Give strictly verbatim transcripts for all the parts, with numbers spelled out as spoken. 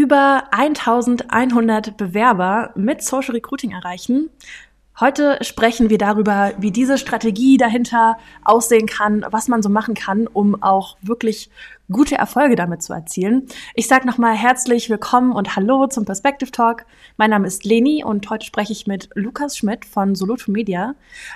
über eintausendeinhundert Bewerber mit Social Recruiting erreichen. Heute sprechen wir darüber, wie diese Strategie dahinter aussehen kann, was man so machen kann, um auch wirklich gute Erfolge damit zu erzielen. Ich sage nochmal herzlich willkommen und hallo zum Perspective Talk. Mein Name ist Leni und heute spreche ich mit Lukas Schmidt von Soluto Media.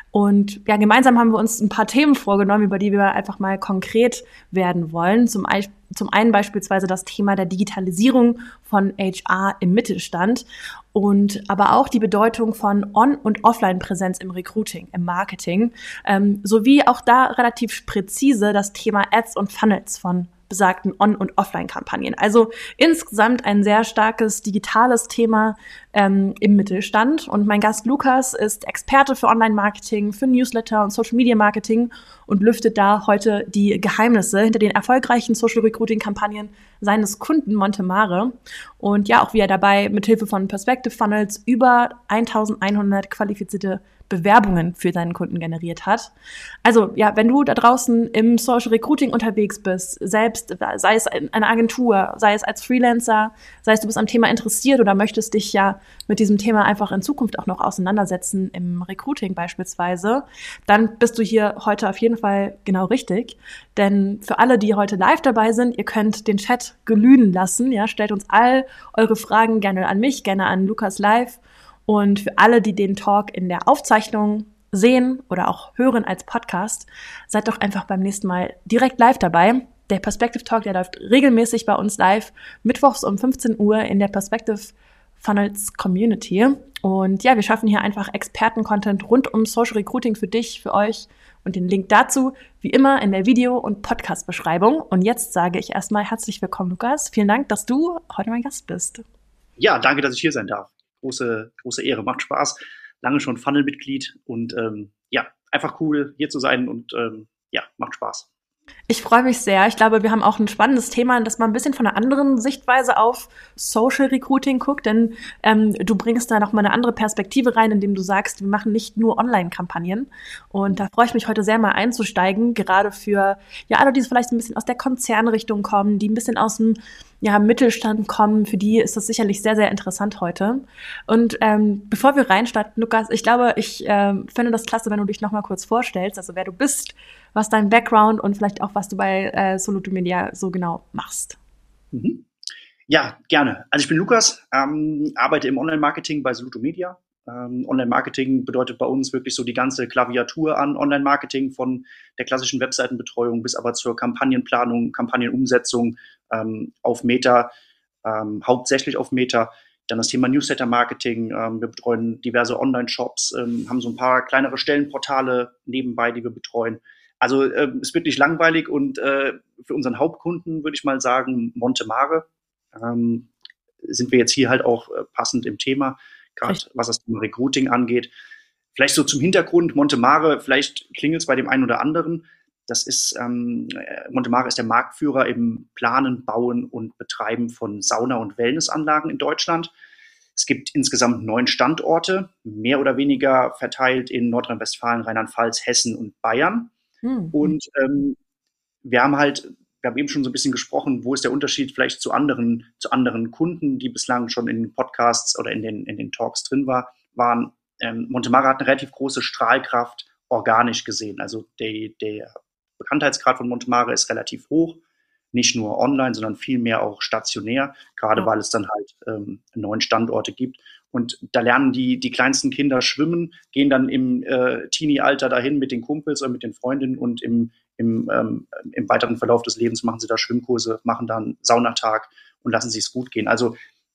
Und ja, gemeinsam haben wir uns ein paar Themen vorgenommen, über die wir einfach mal konkret werden wollen. Zum, zum einen beispielsweise das Thema der Digitalisierung von H R im Mittelstand und aber auch die Bedeutung von On- und Offline-Präsenz im Recruiting, im Marketing, ähm, sowie auch da relativ präzise das Thema Ads und Funnels von besagten On- und Offline-Kampagnen. Also insgesamt ein sehr starkes digitales Thema ähm, im Mittelstand. Und mein Gast Lukas ist Experte für Online-Marketing, für Newsletter und Social-Media-Marketing und lüftet da heute die Geheimnisse hinter den erfolgreichen Social-Recruiting-Kampagnen seines Kunden Montemare. Und ja, auch wie er dabei mithilfe von Perspective Funnels über eintausendeinhundert qualifizierte Bewerbungen für seinen Kunden generiert hat. Also ja, wenn du da draußen im Social Recruiting unterwegs bist, selbst, sei es in einer Agentur, sei es als Freelancer, sei es du bist am Thema interessiert oder möchtest dich ja mit diesem Thema einfach in Zukunft auch noch auseinandersetzen, im Recruiting beispielsweise, dann bist du hier heute auf jeden Fall genau richtig. Denn für alle, die heute live dabei sind, ihr könnt den Chat glühen lassen. Ja, stellt uns all eure Fragen gerne an mich, gerne an Lukas live. Und für alle, die den Talk in der Aufzeichnung sehen oder auch hören als Podcast, seid doch einfach beim nächsten Mal direkt live dabei. Der Perspective Talk, der läuft regelmäßig bei uns live, mittwochs um fünfzehn Uhr in der Perspective Funnels Community. Und ja, wir schaffen hier einfach Experten-Content rund um Social Recruiting für dich, für euch. Und den Link dazu, wie immer, in der Video- und Podcast-Beschreibung. Und jetzt sage ich erstmal herzlich willkommen, Lukas. Vielen Dank, dass du heute mein Gast bist. Ja, danke, dass ich hier sein darf. Große, große Ehre, macht Spaß. Lange schon Funnel-Mitglied und ähm, ja, einfach cool, hier zu sein und ähm, ja, macht Spaß. Ich freue mich sehr. Ich glaube, wir haben auch ein spannendes Thema, das mal ein bisschen von einer anderen Sichtweise auf Social Recruiting guckt, denn ähm, du bringst da noch mal eine andere Perspektive rein, indem du sagst, wir machen nicht nur Online-Kampagnen. Und da freue ich mich heute sehr mal einzusteigen, gerade für ja alle, die vielleicht ein bisschen aus der Konzernrichtung kommen, die ein bisschen aus dem ja, Mittelstand kommen, für die ist das sicherlich sehr, sehr interessant heute. Und ähm, bevor wir reinstarten, Lukas, ich glaube, ich ähm, finde das klasse, wenn du dich noch mal kurz vorstellst, also wer du bist, was dein Background und vielleicht auch, was du bei äh, Soluto Media so genau machst. Mhm. Ja, gerne. Also ich bin Lukas, ähm, arbeite im Online-Marketing bei Soluto Media. Ähm, Online-Marketing bedeutet bei uns wirklich so die ganze Klaviatur an Online-Marketing, von der klassischen Webseitenbetreuung bis aber zur Kampagnenplanung, Kampagnenumsetzung ähm, auf Meta, ähm, hauptsächlich auf Meta. Dann das Thema Newsletter-Marketing. Ähm, wir betreuen diverse Online-Shops, ähm, haben so ein paar kleinere Stellenportale nebenbei, die wir betreuen. Also äh, ist wirklich langweilig und äh, für unseren Hauptkunden würde ich mal sagen, Montemare, ähm, sind wir jetzt hier halt auch äh, passend im Thema, gerade was das Thema Recruiting angeht. Vielleicht so zum Hintergrund, Montemare, vielleicht klingelt es bei dem einen oder anderen. Das ist, ähm, Montemare ist der Marktführer im Planen, Bauen und Betreiben von Sauna- und Wellnessanlagen in Deutschland. Es gibt insgesamt neun Standorte, mehr oder weniger verteilt in Nordrhein-Westfalen, Rheinland-Pfalz, Hessen und Bayern. Mhm. Und ähm, wir haben halt, wir haben eben schon so ein bisschen gesprochen, wo ist der Unterschied vielleicht zu anderen, zu anderen Kunden, die bislang schon in den Podcasts oder in den, in den Talks drin war, waren. Ähm, Montemare hat eine relativ große Strahlkraft organisch gesehen. Also der, der Bekanntheitsgrad von Montemare ist relativ hoch. Nicht nur online, sondern vielmehr auch stationär, gerade ja. weil es dann halt ähm, neun Standorte gibt. Und da lernen die, die kleinsten Kinder schwimmen, gehen dann im äh, Teenie-Alter dahin mit den Kumpels oder mit den Freundinnen und im, im, ähm, im weiteren Verlauf des Lebens machen sie da Schwimmkurse, machen dann Saunatag und lassen sich es gut gehen. Also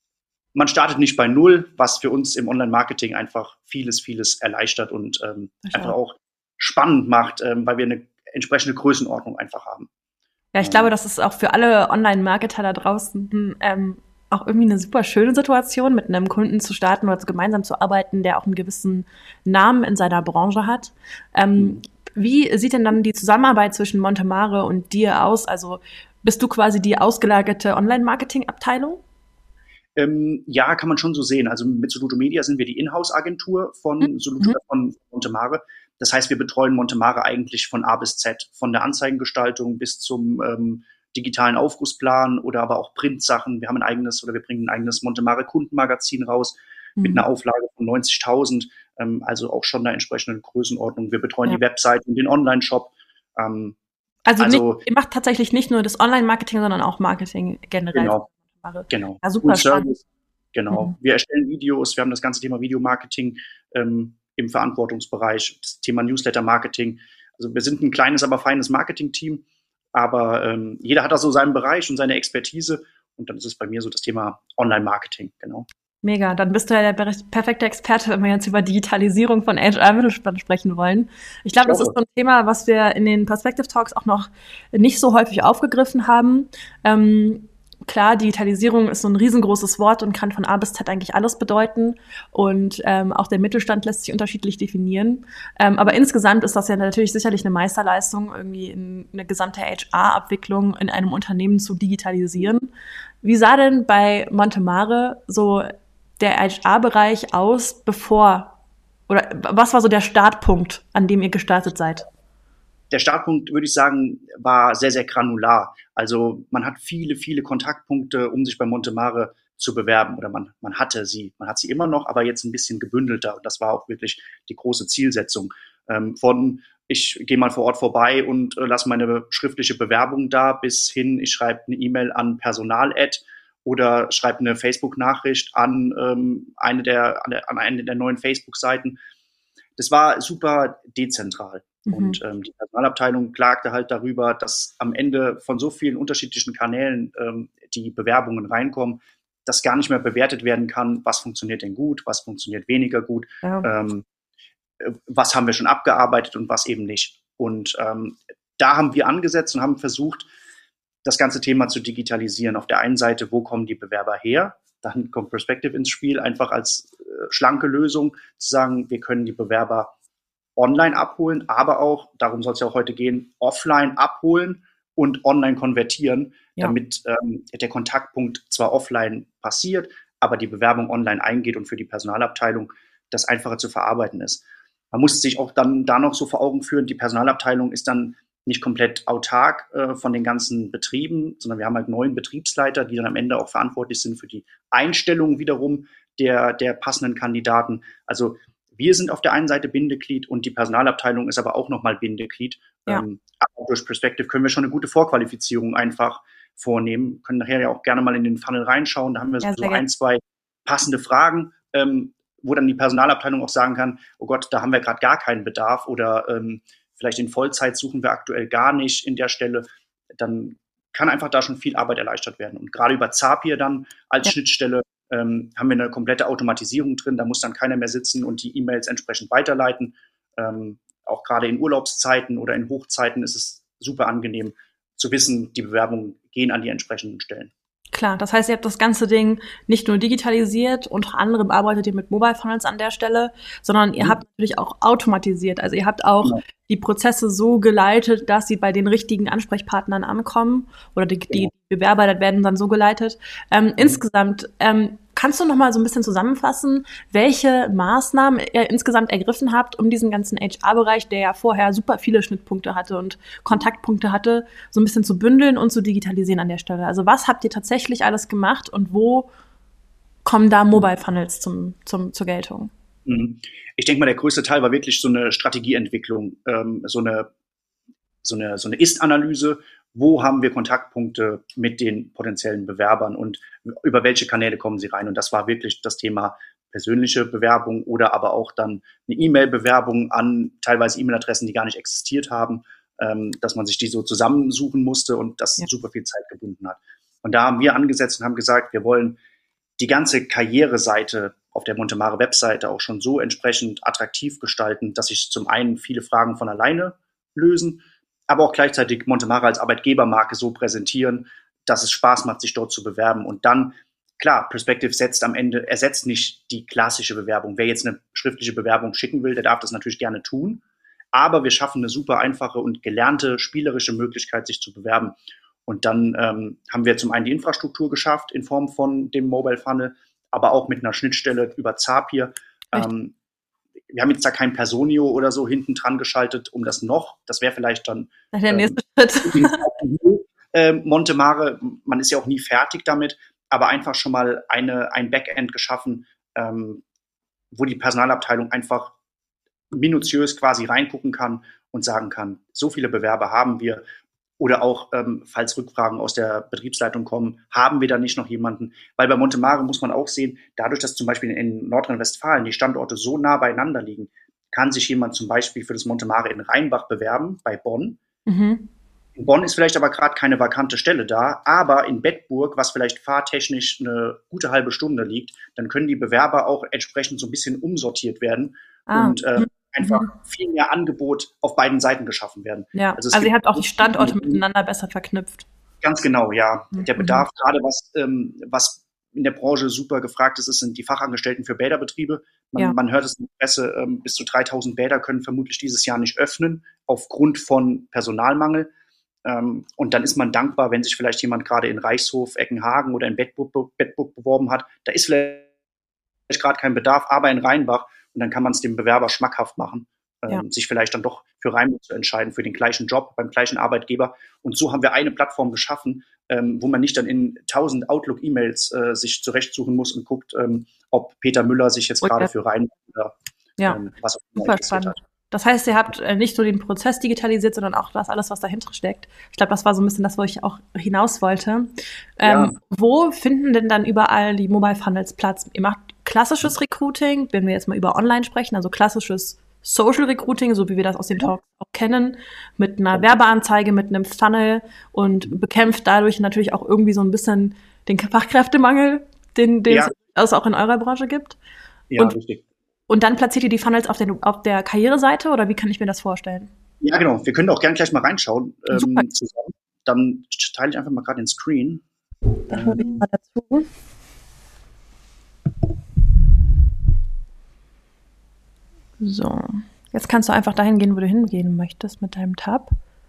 man startet nicht bei Null, was für uns im Online-Marketing einfach vieles, vieles erleichtert und ähm, einfach auch spannend macht, ähm, weil wir eine entsprechende Größenordnung einfach haben. Ja, ich glaube, das ist auch für alle Online-Marketer da draußen ähm, auch irgendwie eine super schöne Situation, mit einem Kunden zu starten oder gemeinsam zu arbeiten, der auch einen gewissen Namen in seiner Branche hat. Ähm, mhm. Wie sieht denn dann die Zusammenarbeit zwischen Montemare und dir aus? Also bist du quasi die ausgelagerte Online-Marketing-Abteilung? Ähm, ja, kann man schon so sehen. Also mit Soluto Media sind wir die Inhouse-Agentur von mhm. Soluto, von Montemare. Das heißt, wir betreuen Montemare eigentlich von A bis Z, von der Anzeigengestaltung bis zum ähm, digitalen Aufgussplan oder aber auch Printsachen. Wir haben ein eigenes oder wir bringen ein eigenes Montemare Kundenmagazin raus mhm. mit einer Auflage von neunzigtausend, ähm, also auch schon einer entsprechenden Größenordnung. Wir betreuen ja. die Website und den Online-Shop. Ähm, also also nicht, ihr macht tatsächlich nicht nur das Online-Marketing, sondern auch Marketing generell. Genau, genau. Ja, super spannend. Genau. Mhm. Wir erstellen Videos, wir haben das ganze Thema Videomarketing ähm, im Verantwortungsbereich, das Thema Newsletter-Marketing. Also wir sind ein kleines, aber feines Marketing-Team, aber ähm, jeder hat da so seinen Bereich und seine Expertise und dann ist es bei mir so das Thema Online-Marketing, genau. Mega, dann bist du ja der perfekte Experte, wenn wir jetzt über Digitalisierung von H R-Mittelstand sprechen wollen. Ich glaube, das ist so ein Thema, was wir in den Perspective Talks auch noch nicht so häufig aufgegriffen haben. Ähm, Klar, Digitalisierung ist so ein riesengroßes Wort und kann von A bis Z eigentlich alles bedeuten. Und ähm, auch der Mittelstand lässt sich unterschiedlich definieren. Ähm, aber insgesamt ist das ja natürlich sicherlich eine Meisterleistung, irgendwie in eine gesamte H R-Abwicklung in einem Unternehmen zu digitalisieren. Wie sah denn bei Montemare so der H R-Bereich aus, bevor, oder was war so der Startpunkt, an dem ihr gestartet seid? Der Startpunkt, würde ich sagen, war sehr, sehr granular. Also man hat viele, viele Kontaktpunkte, um sich bei Montemare zu bewerben. Oder man, man hatte sie. Man hat sie immer noch, aber jetzt ein bisschen gebündelter. Und das war auch wirklich die große Zielsetzung. Ähm, von ich gehe mal vor Ort vorbei und äh, lasse meine schriftliche Bewerbung da, bis hin, ich schreibe eine E-Mail an Personal-Ad oder schreibe eine Facebook-Nachricht an, ähm, eine der, an eine der neuen Facebook-Seiten. Das war super dezentral. Mhm. Und ähm, die Personalabteilung klagte halt darüber, dass am Ende von so vielen unterschiedlichen Kanälen ähm, die Bewerbungen reinkommen, dass gar nicht mehr bewertet werden kann, was funktioniert denn gut, was funktioniert weniger gut, ja. ähm, was haben wir schon abgearbeitet und was eben nicht. Und ähm, da haben wir angesetzt und haben versucht, das ganze Thema zu digitalisieren. Auf der einen Seite, wo kommen die Bewerber her? Dann kommt Perspective ins Spiel, einfach als äh, schlanke Lösung zu sagen, wir können die Bewerber online abholen, aber auch, darum soll es ja auch heute gehen, offline abholen und online konvertieren, ja. damit ähm, der Kontaktpunkt zwar offline passiert, aber die Bewerbung online eingeht und für die Personalabteilung das einfacher zu verarbeiten ist. Man muss sich auch dann da noch so vor Augen führen, die Personalabteilung ist dann nicht komplett autark äh, von den ganzen Betrieben, sondern wir haben halt neun Betriebsleiter, die dann am Ende auch verantwortlich sind für die Einstellung wiederum der, der passenden Kandidaten. Also wir sind auf der einen Seite Bindeglied und die Personalabteilung ist aber auch nochmal Bindeglied. Ja. Ähm, aber durch Perspective können wir schon eine gute Vorqualifizierung einfach vornehmen. Können nachher ja auch gerne mal in den Funnel reinschauen. Da haben wir ja, so ein, zwei passende Fragen, ähm, wo dann die Personalabteilung auch sagen kann, oh Gott, da haben wir gerade gar keinen Bedarf oder ähm, vielleicht in Vollzeit suchen wir aktuell gar nicht in der Stelle. Dann kann einfach da schon viel Arbeit erleichtert werden. Und gerade über Zapier dann als ja. Schnittstelle ähm, haben wir eine komplette Automatisierung drin. Da muss dann keiner mehr sitzen und die E-Mails entsprechend weiterleiten. Ähm, auch gerade in Urlaubszeiten oder in Hochzeiten ist es super angenehm zu wissen, die Bewerbungen gehen an die entsprechenden Stellen. Klar, das heißt, ihr habt das ganze Ding nicht nur digitalisiert, unter anderem arbeitet ihr mit Mobile Funnels an der Stelle, sondern ihr mhm. habt natürlich auch automatisiert. Also ihr habt auch ja. die Prozesse so geleitet, dass sie bei den richtigen Ansprechpartnern ankommen oder die, die Bewerber werden dann so geleitet. Ähm, mhm. Insgesamt, ähm, kannst du noch mal so ein bisschen zusammenfassen, welche Maßnahmen ihr insgesamt ergriffen habt, um diesen ganzen H R-Bereich, der ja vorher super viele Schnittpunkte hatte und Kontaktpunkte hatte, so ein bisschen zu bündeln und zu digitalisieren an der Stelle? Also was habt ihr tatsächlich alles gemacht und wo kommen da Mobile Funnels zum, zum, zur Geltung? Ich denke mal, der größte Teil war wirklich so eine Strategieentwicklung, ähm, so eine, so eine, so eine Ist-Analyse. Wo haben wir Kontaktpunkte mit den potenziellen Bewerbern und über welche Kanäle kommen sie rein? Und das war wirklich das Thema persönliche Bewerbung oder aber auch dann eine E-Mail-Bewerbung an teilweise E-Mail-Adressen, die gar nicht existiert haben, ähm, dass man sich die so zusammensuchen musste und das ja. super viel Zeit gebunden hat. Und da haben wir angesetzt und haben gesagt, wir wollen die ganze Karriereseite auf der Montemare-Webseite auch schon so entsprechend attraktiv gestalten, dass sich zum einen viele Fragen von alleine lösen, aber auch gleichzeitig Montemare als Arbeitgebermarke so präsentieren, dass es Spaß macht, sich dort zu bewerben. Und dann, klar, Perspective setzt am Ende, ersetzt nicht die klassische Bewerbung. Wer jetzt eine schriftliche Bewerbung schicken will, der darf das natürlich gerne tun. Aber wir schaffen eine super einfache und gelernte, spielerische Möglichkeit, sich zu bewerben. Und dann ähm, haben wir zum einen die Infrastruktur geschafft in Form von dem Mobile Funnel, aber auch mit einer Schnittstelle über Zapier. Ähm, Wir haben jetzt da kein Personio oder so hinten dran geschaltet, um das noch, das wäre vielleicht dann der nächste ähm, Schritt. äh, Montemare, man ist ja auch nie fertig damit, aber einfach schon mal eine, ein Backend geschaffen, ähm, wo die Personalabteilung einfach minutiös quasi reingucken kann und sagen kann, so viele Bewerber haben wir. Oder auch, ähm, falls Rückfragen aus der Betriebsleitung kommen, haben wir da nicht noch jemanden? Weil bei Montemare muss man auch sehen, dadurch, dass zum Beispiel in Nordrhein-Westfalen die Standorte so nah beieinander liegen, kann sich jemand zum Beispiel für das Montemare in Rheinbach bewerben, bei Bonn. Mhm. In Bonn ist vielleicht aber gerade keine vakante Stelle da, aber in Bedburg, was vielleicht fahrtechnisch eine gute halbe Stunde liegt, dann können die Bewerber auch entsprechend so ein bisschen umsortiert werden ah. und äh, einfach mhm. viel mehr Angebot auf beiden Seiten geschaffen werden. Ja, also, also ihr habt auch die Standorte miteinander besser verknüpft. Ganz genau, ja. Mhm. Der Bedarf, gerade was, ähm, was in der Branche super gefragt ist, sind die Fachangestellten für Bäderbetriebe. Man, ja. man hört es in der Presse, ähm, bis zu dreitausend Bäder können vermutlich dieses Jahr nicht öffnen, aufgrund von Personalmangel. Ähm, und dann ist man dankbar, wenn sich vielleicht jemand gerade in Reichshof, Eckenhagen oder in Bedburg, Bedburg beworben hat. Da ist vielleicht gerade kein Bedarf, aber in Rheinbach. Und dann kann man es dem Bewerber schmackhaft machen, ähm, ja. sich vielleicht dann doch für Rheinbach zu entscheiden, für den gleichen Job, beim gleichen Arbeitgeber. Und so haben wir eine Plattform geschaffen, ähm, wo man nicht dann in tausend Outlook-E-Mails äh, sich zurechtsuchen muss und guckt, ähm, ob Peter Müller sich jetzt okay. gerade für Rheinbach oder ja. ähm, was auch immer interessiert hat. Das heißt, ihr habt nicht nur den Prozess digitalisiert, sondern auch das alles, was dahinter steckt. Ich glaube, das war so ein bisschen das, wo ich auch hinaus wollte. Ähm, ja. Wo finden denn dann überall die Mobile Funnels Platz? Ihr macht klassisches Recruiting, wenn wir jetzt mal über Online sprechen, also klassisches Social Recruiting, so wie wir das aus den Talks auch kennen, mit einer Werbeanzeige, mit einem Funnel und bekämpft dadurch natürlich auch irgendwie so ein bisschen den Fachkräftemangel, den, den ja. es auch in eurer Branche gibt. Ja, und, richtig. Und dann platziert ihr die Funnels auf, den, auf der Karriereseite oder wie kann ich mir das vorstellen? Ja, genau. Wir können auch gerne gleich mal reinschauen ähm, zusammen. Dann teile ich einfach mal gerade den Screen. Da höre ich mal dazu. So, jetzt kannst du einfach dahin gehen, wo du hingehen möchtest mit deinem Tab.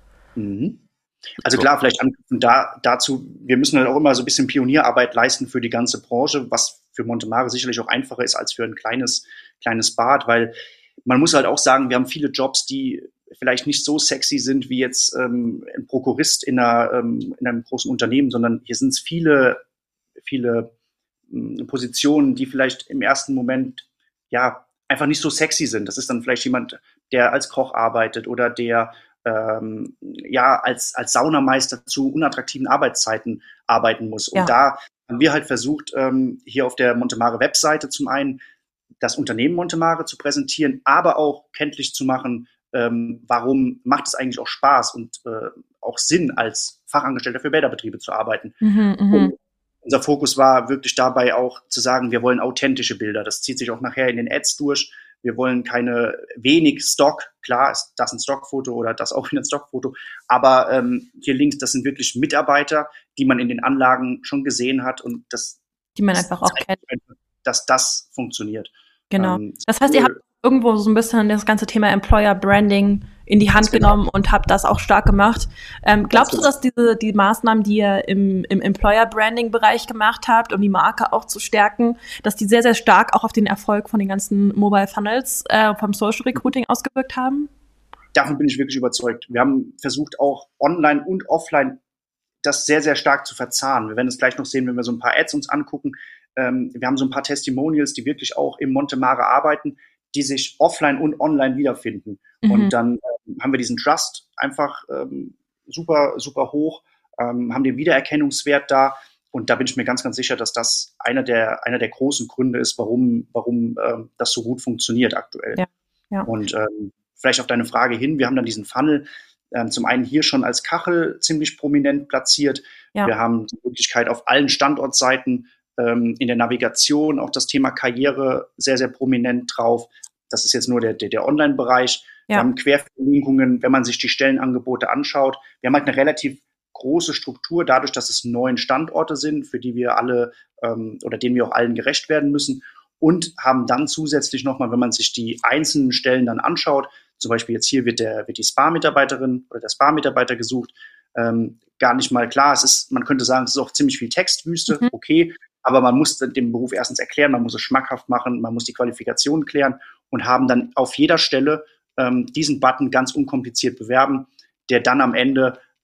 Mhm. Also klar, vielleicht anknüpfen da, dazu, wir müssen halt auch immer so ein bisschen Pionierarbeit leisten für die ganze Branche, was für Montemare sicherlich auch einfacher ist als für ein kleines, kleines Bad, weil man muss halt auch sagen, wir haben viele Jobs, die vielleicht nicht so sexy sind wie jetzt ähm, ein Prokurist in, einer, ähm, in einem großen Unternehmen, sondern hier sind es viele, viele ähm, Positionen, die vielleicht im ersten Moment ja einfach nicht so sexy sind. Das ist dann vielleicht jemand, der als Koch arbeitet oder der ähm, ja als, als Saunameister zu unattraktiven Arbeitszeiten arbeiten muss. Und ja. da haben wir halt versucht, ähm, hier auf der Montemare-Webseite zum einen das Unternehmen Montemare zu präsentieren, aber auch kenntlich zu machen, ähm, warum macht es eigentlich auch Spaß und äh, auch Sinn, als Fachangestellter für Bäderbetriebe zu arbeiten. Mhm, und unser Fokus war wirklich dabei auch zu sagen, wir wollen authentische Bilder. Das zieht sich auch nachher in den Ads durch. Wir wollen keine wenig Stock, klar ist das ein Stockfoto oder das auch wieder ein Stockfoto, aber ähm, hier links, das sind wirklich Mitarbeiter, die man in den Anlagen schon gesehen hat und das die man einfach auch kennt, dass das funktioniert. Genau. Ähm, das heißt, ihr habt irgendwo so ein bisschen das ganze Thema Employer Branding in die Hand genommen genau. und habt das auch stark gemacht. Ähm, glaubst du, dass diese die Maßnahmen, die ihr im, im Employer Branding Bereich gemacht habt, um die Marke auch zu stärken, dass die sehr, sehr stark auch auf den Erfolg von den ganzen Mobile Funnels äh, vom Social Recruiting ausgewirkt haben? Davon bin ich wirklich überzeugt. Wir haben versucht, auch online und offline das sehr, sehr stark zu verzahnen. Wir werden es gleich noch sehen, wenn wir so ein paar Ads uns angucken. Ähm, wir haben so ein paar Testimonials, die wirklich auch im Montemare arbeiten, die sich offline und online wiederfinden. Mhm. Und dann ähm, haben wir diesen Trust einfach ähm, super, super hoch, ähm, haben den Wiedererkennungswert da. Und da bin ich mir ganz, ganz sicher, dass das einer der, einer der großen Gründe ist, warum, warum ähm, das so gut funktioniert aktuell. Ja. Ja. Und ähm, vielleicht auf deine Frage hin, wir haben dann diesen Funnel ähm, zum einen hier schon als Kachel ziemlich prominent platziert. Ja. Wir haben die Möglichkeit auf allen Standortseiten ähm, in der Navigation auch das Thema Karriere sehr, sehr prominent drauf. Das ist jetzt nur der, der, der Online-Bereich. Ja. Wir haben Querverlinkungen, wenn man sich die Stellenangebote anschaut. Wir haben halt eine relativ große Struktur, dadurch, dass es neun Standorte sind, für die wir alle ähm, oder denen wir auch allen gerecht werden müssen. Und haben dann zusätzlich nochmal, wenn man sich die einzelnen Stellen dann anschaut, zum Beispiel jetzt hier wird, der, wird die Spa-Mitarbeiterin oder der Spa-Mitarbeiter gesucht, ähm, gar nicht mal klar. Es ist, man könnte sagen, es ist auch ziemlich viel Textwüste, mhm. okay, aber man muss den Beruf erstens erklären, man muss es schmackhaft machen, man muss die Qualifikation klären und haben dann auf jeder Stelle ähm, diesen Button ganz unkompliziert bewerben, der dann am Ende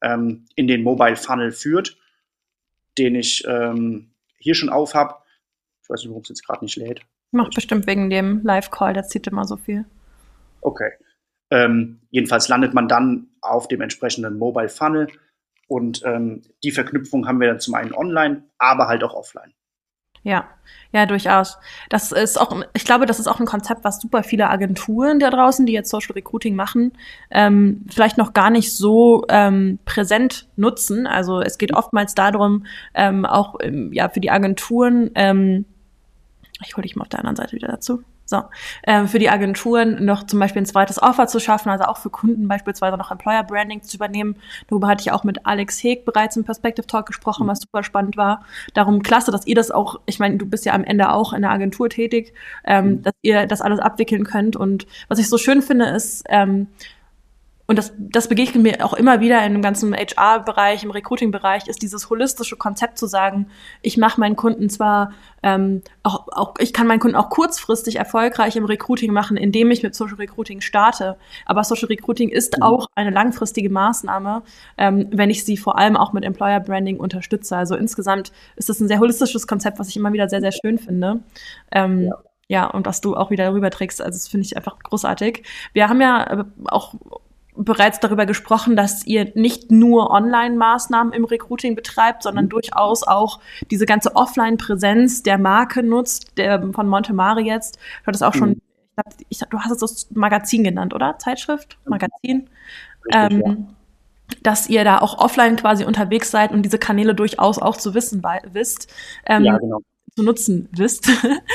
ähm, in den Mobile Funnel führt, den ich ähm, hier schon auf habe. Ich weiß nicht, warum es jetzt gerade nicht lädt. Macht bestimmt wegen dem Live-Call, der zieht immer so viel. Okay. Ähm, jedenfalls landet man dann auf dem entsprechenden Mobile Funnel und ähm, die Verknüpfung haben wir dann zum einen online, aber halt auch offline. Ja, ja, durchaus. Das ist auch, ich glaube, das ist auch ein Konzept, was super viele Agenturen da draußen, die jetzt Social Recruiting machen, ähm, vielleicht noch gar nicht so ähm, präsent nutzen. Also es geht oftmals darum, ähm, auch ähm, ja für die Agenturen, ähm, ich hole dich mal auf der anderen Seite wieder dazu. So, ähm, für die Agenturen noch zum Beispiel ein zweites Offer zu schaffen, also auch für Kunden beispielsweise noch Employer Branding zu übernehmen. Darüber hatte ich auch mit Alex Heeg bereits im Perspective Talk gesprochen, was super spannend war. Darum klasse, dass ihr das auch, ich meine, du bist ja am Ende auch in der Agentur tätig, ähm, mhm. dass ihr das alles abwickeln könnt. Und was ich so schön finde, ist, ähm, und das, das begegnet mir auch immer wieder in dem ganzen H R-Bereich, im Recruiting-Bereich, ist dieses holistische Konzept zu sagen, ich mache meinen Kunden zwar, ähm, auch, auch ich kann meinen Kunden auch kurzfristig erfolgreich im Recruiting machen, indem ich mit Social Recruiting starte. Aber Social Recruiting ist mhm. auch eine langfristige Maßnahme, ähm, wenn ich sie vor allem auch mit Employer Branding unterstütze. Also insgesamt ist das ein sehr holistisches Konzept, was ich immer wieder sehr, sehr schön finde. Ähm, ja. ja, und was du auch wieder rüberträgst, also das finde ich einfach großartig. Wir haben ja auch bereits darüber gesprochen, dass ihr nicht nur Online-Maßnahmen im Recruiting betreibt, sondern mhm. durchaus auch diese ganze Offline-Präsenz der Marke nutzt, der von Montemare jetzt. Du hattest auch schon, mhm. ich glaub, ich, du hast es das Magazin genannt, oder? Zeitschrift? Magazin? Richtig, ähm, ja. Dass ihr da auch offline quasi unterwegs seid und diese Kanäle durchaus auch zu wissen wisst. Ähm, ja, genau. zu nutzen wisst.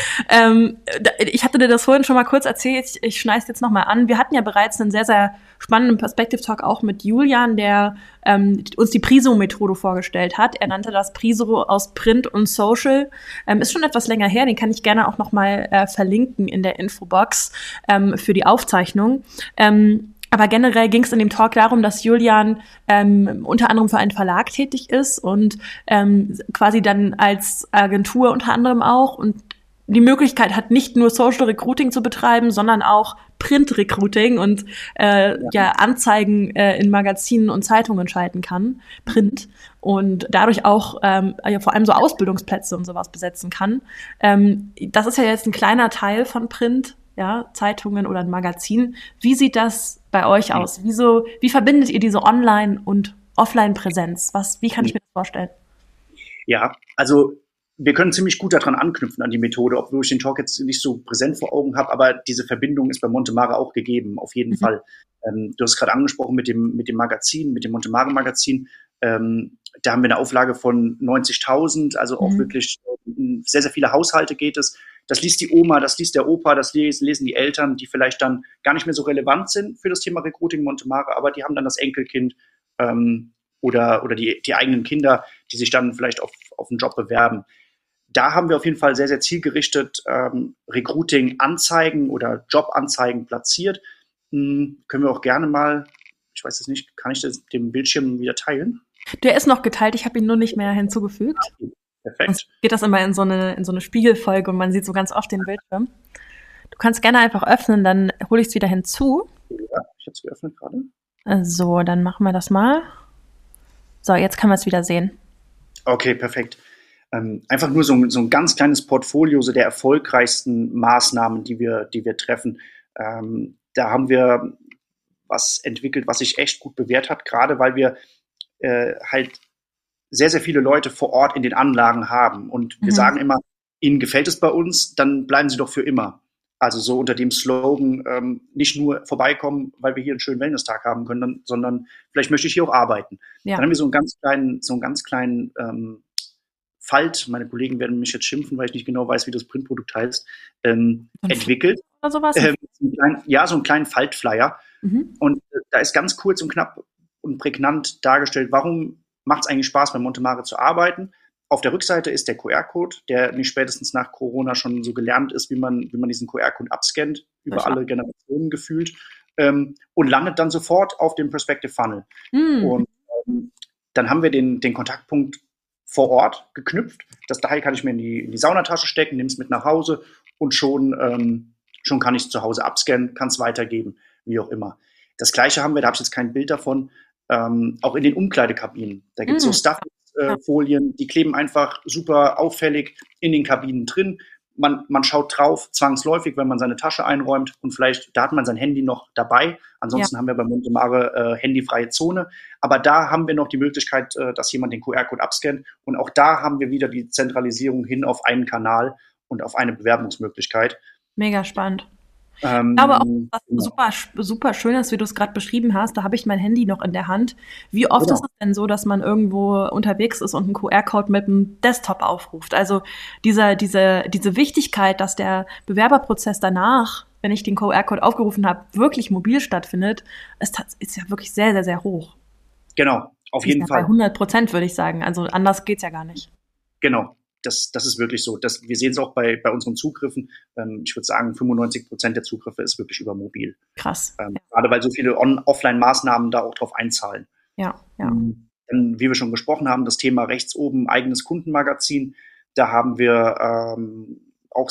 ähm, ich hatte dir das vorhin schon mal kurz erzählt, ich, ich schneide es jetzt nochmal an. Wir hatten ja bereits einen sehr, sehr spannenden Perspective Talk auch mit Julian, der ähm, uns die Priso-Methode vorgestellt hat. Er nannte das Priso aus Print und Social. Ähm, ist schon etwas länger her, den kann ich gerne auch nochmal äh, verlinken in der Infobox ähm, für die Aufzeichnung. Ähm, Aber generell ging es in dem Talk darum, dass Julian ähm, unter anderem für einen Verlag tätig ist und ähm, quasi dann als Agentur unter anderem auch und die Möglichkeit hat, nicht nur Social Recruiting zu betreiben, sondern auch Print Recruiting und äh, ja. ja Anzeigen äh, in Magazinen und Zeitungen schalten kann, Print, und dadurch auch ähm, ja, vor allem so Ausbildungsplätze und sowas besetzen kann. Ähm, das ist ja jetzt ein kleiner Teil von Print, ja, Zeitungen oder ein Magazin. Wie sieht das bei euch aus? Wieso, wie verbindet ihr diese Online- und Offline-Präsenz? Was, wie kann ich mir das vorstellen? Ja, also wir können ziemlich gut daran anknüpfen an die Methode, obwohl ich den Talk jetzt nicht so präsent vor Augen habe, aber diese Verbindung ist bei Montemare auch gegeben, auf jeden mhm. Fall. Ähm, du hast gerade angesprochen mit dem, mit dem Magazin, mit dem Montemare-Magazin. Ähm, da haben wir eine Auflage von neunzigtausend, also auch mhm. wirklich äh, sehr, sehr viele Haushalte geht es. Das liest die Oma, das liest der Opa, das lesen die Eltern, die vielleicht dann gar nicht mehr so relevant sind für das Thema Recruiting Montemare, aber die haben dann das Enkelkind ähm, oder, oder die, die eigenen Kinder, die sich dann vielleicht auf, auf einen Job bewerben. Da haben wir auf jeden Fall sehr, sehr zielgerichtet ähm, Recruiting-Anzeigen oder Jobanzeigen platziert. Hm, können wir auch gerne mal, ich weiß es nicht, kann ich das, den Bildschirm wieder teilen? Der ist noch geteilt, ich habe ihn nur nicht mehr hinzugefügt. Okay, perfekt. Sonst geht das immer in so eine, in so eine Spiegelfolge und man sieht so ganz oft den Bildschirm. Du kannst gerne einfach öffnen, dann hole ich es wieder hinzu. Ja, ich habe es geöffnet gerade. So, dann machen wir das mal. So, jetzt kann man es wieder sehen. Okay, perfekt. Ähm, einfach nur so ein, so ein ganz kleines Portfolio so der erfolgreichsten Maßnahmen, die wir, die wir treffen. Ähm, da haben wir was entwickelt, was sich echt gut bewährt hat, gerade weil wir äh, halt sehr, sehr viele Leute vor Ort in den Anlagen haben. Und wir mhm. sagen immer, Ihnen gefällt es bei uns, dann bleiben Sie doch für immer. Also so unter dem Slogan, ähm, nicht nur vorbeikommen, weil wir hier einen schönen Wellness-Tag haben können, sondern vielleicht möchte ich hier auch arbeiten. Ja. Dann haben wir so einen ganz kleinen, so einen ganz kleinen ähm, Falt, meine Kollegen werden mich jetzt schimpfen, weil ich nicht genau weiß, wie das Printprodukt heißt, ähm, entwickelt. Oder sowas? Ähm, so kleinen, ja, so einen kleinen Faltflyer. Mhm. Und äh, da ist ganz kurz und knapp und prägnant dargestellt, warum macht es eigentlich Spaß, bei Montemare zu arbeiten. Auf der Rückseite ist der Q R-Code, der nicht spätestens nach Corona schon so gelernt ist, wie man, wie man diesen Q R-Code abscannt, über alle Generationen gefühlt, ähm, und landet dann sofort auf dem Perspective Funnel. Mhm. Und ähm, dann haben wir den, den Kontaktpunkt vor Ort geknüpft. Das Teil kann ich mir in die, in die Saunatasche stecken, nehme es mit nach Hause und schon, ähm, schon kann ich es zu Hause abscannen, kann es weitergeben, wie auch immer. Das Gleiche haben wir, da habe ich jetzt kein Bild davon, ähm, auch in den Umkleidekabinen. Da gibt es so Mhm. Stuff-Folien, die kleben einfach super auffällig in den Kabinen drin. Man, man schaut drauf, zwangsläufig, wenn man seine Tasche einräumt und vielleicht, da hat man sein Handy noch dabei. Ansonsten Ja. haben wir bei Montemare äh, handyfreie Zone. Aber da haben wir noch die Möglichkeit, äh, dass jemand den Q R-Code abscannt. Und auch da haben wir wieder die Zentralisierung hin auf einen Kanal und auf eine Bewerbungsmöglichkeit. Mega spannend. Ähm, Ich glaube auch, was genau. super, super schön ist, wie du es gerade beschrieben hast, da habe ich mein Handy noch in der Hand. Wie oft Genau. ist es denn so, dass man irgendwo unterwegs ist und einen Q R-Code mit dem Desktop aufruft? Also diese, diese, diese Wichtigkeit, dass der Bewerberprozess danach, wenn ich den Q R-Code aufgerufen habe, wirklich mobil stattfindet, ist, ist ja wirklich sehr, sehr, sehr hoch. Genau, auf Die ist jeden ja Fall. bei hundert Prozent, würde ich sagen. Also anders geht's ja gar nicht. Genau, das, das ist wirklich so. Das, wir sehen es auch bei, bei unseren Zugriffen. Ähm, ich würde sagen, fünfundneunzig Prozent der Zugriffe ist wirklich über mobil. Krass. Ähm, Ja. Gerade weil so viele On- Offline-Maßnahmen da auch drauf einzahlen. Ja, ja. Ähm, Dann, wie wir schon gesprochen haben, das Thema rechts oben, eigenes Kundenmagazin. Da haben wir ähm, auch